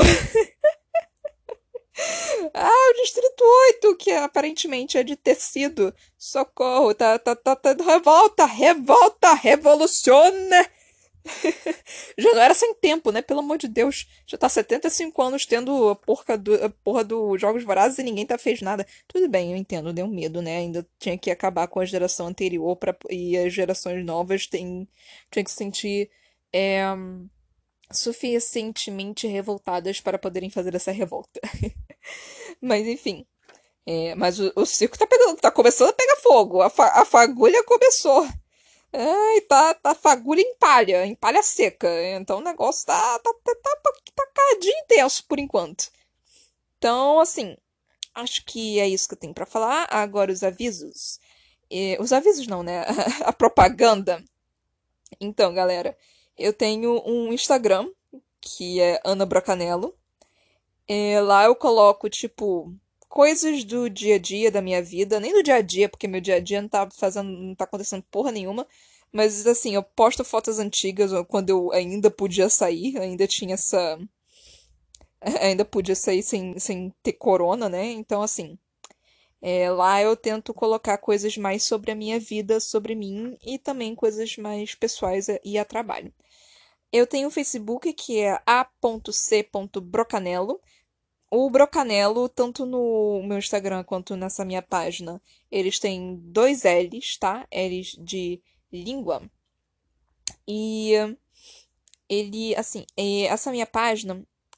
Speaker 1: Ah, o Distrito oito, que aparentemente é de tecido. Socorro, tá, tá, tá, tá, revolta, revolta, revoluciona! Já não era sem tempo, né? Pelo amor de Deus. Já tá setenta e cinco anos tendo a porca do, a porra dos Jogos Vorazes e ninguém tá fez nada. Tudo bem, eu entendo, deu medo, né? Ainda tinha que acabar com a geração anterior pra, e as gerações novas tem, tinha que se sentir é, suficientemente revoltadas para poderem fazer essa revolta. Mas enfim. É, mas o, o circo tá pegando, tá começando a pegar fogo. A, fa, a fagulha começou. Ai, tá, tá fagulha em palha, em palha seca. Então o negócio tá, tá, tá, tá, tá cadinho intenso por enquanto. Então, assim, acho que é isso que eu tenho pra falar. Agora os avisos. É, os avisos não, né? A propaganda. Então, galera, eu tenho um Instagram, que é Ana Brocanello. É, lá eu coloco, tipo, coisas do dia a dia da minha vida, nem do dia a dia, porque meu dia a dia não tá fazendo, não tá acontecendo porra nenhuma. Mas assim, eu posto fotos antigas quando eu ainda podia sair, ainda tinha essa. Ainda podia sair sem, sem ter corona, né? Então, assim, é, lá eu tento colocar coisas mais sobre a minha vida, sobre mim, e também coisas mais pessoais e a trabalho. Eu tenho o Facebook, que é a ponto c ponto brocanello. O Brocanelo, tanto no meu Instagram quanto nessa minha página, eles têm dois L's, tá? L's de língua. E ele, assim, é, essa minha página.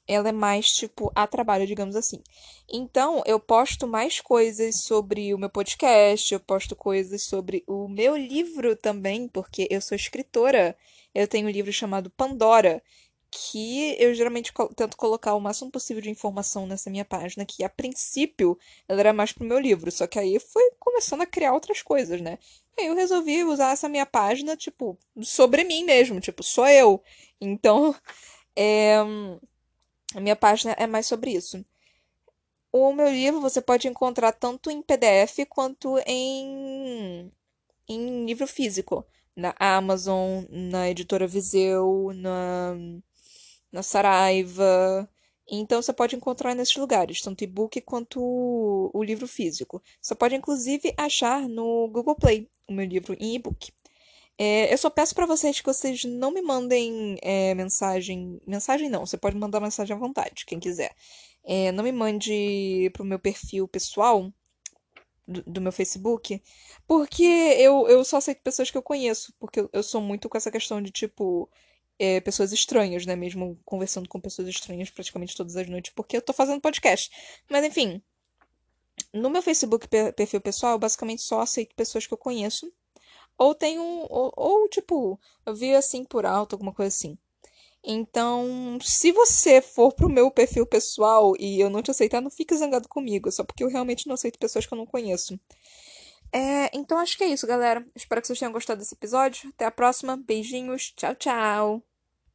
Speaker 1: ela é mais, tipo, a trabalho, digamos assim. Então, eu posto mais coisas sobre o meu podcast, eu posto coisas sobre o meu livro também, porque eu sou escritora. Eu tenho um livro chamado Pandora, que eu geralmente co- tento colocar o máximo possível de informação nessa minha página, que a princípio ela era mais pro meu livro, só que aí foi começando a criar outras coisas, né? Aí eu resolvi usar essa minha página, tipo, sobre mim mesmo, tipo, sou eu. Então, é, a minha página é mais sobre isso. O meu livro você pode encontrar tanto em P D F quanto em, em livro físico. Na Amazon, na editora Viseu, na, na Saraiva. Então você pode encontrar nesses lugares, tanto e-book quanto o, o livro físico. Você pode inclusive achar no Google Play o meu livro em e-book. É, eu só peço pra vocês que vocês não me mandem é, mensagem. Mensagem não, você pode mandar mensagem à vontade, quem quiser. É, não me mande pro meu perfil pessoal do, do meu Facebook, porque eu, eu só aceito pessoas que eu conheço, porque eu, eu sou muito com essa questão de, tipo, é, pessoas estranhas, né? Mesmo conversando com pessoas estranhas praticamente todas as noites, porque eu tô fazendo podcast. Mas enfim, no meu Facebook pe- perfil pessoal, eu basicamente só aceito pessoas que eu conheço. Ou tem um. Ou, ou, tipo, eu vi assim por alto, alguma coisa assim. Então, se você for pro meu perfil pessoal e eu não te aceitar, não fique zangado comigo, só porque eu realmente não aceito pessoas que eu não conheço. É, então acho que é isso, galera. Espero que vocês tenham gostado desse episódio. Até a próxima. Beijinhos. Tchau, tchau.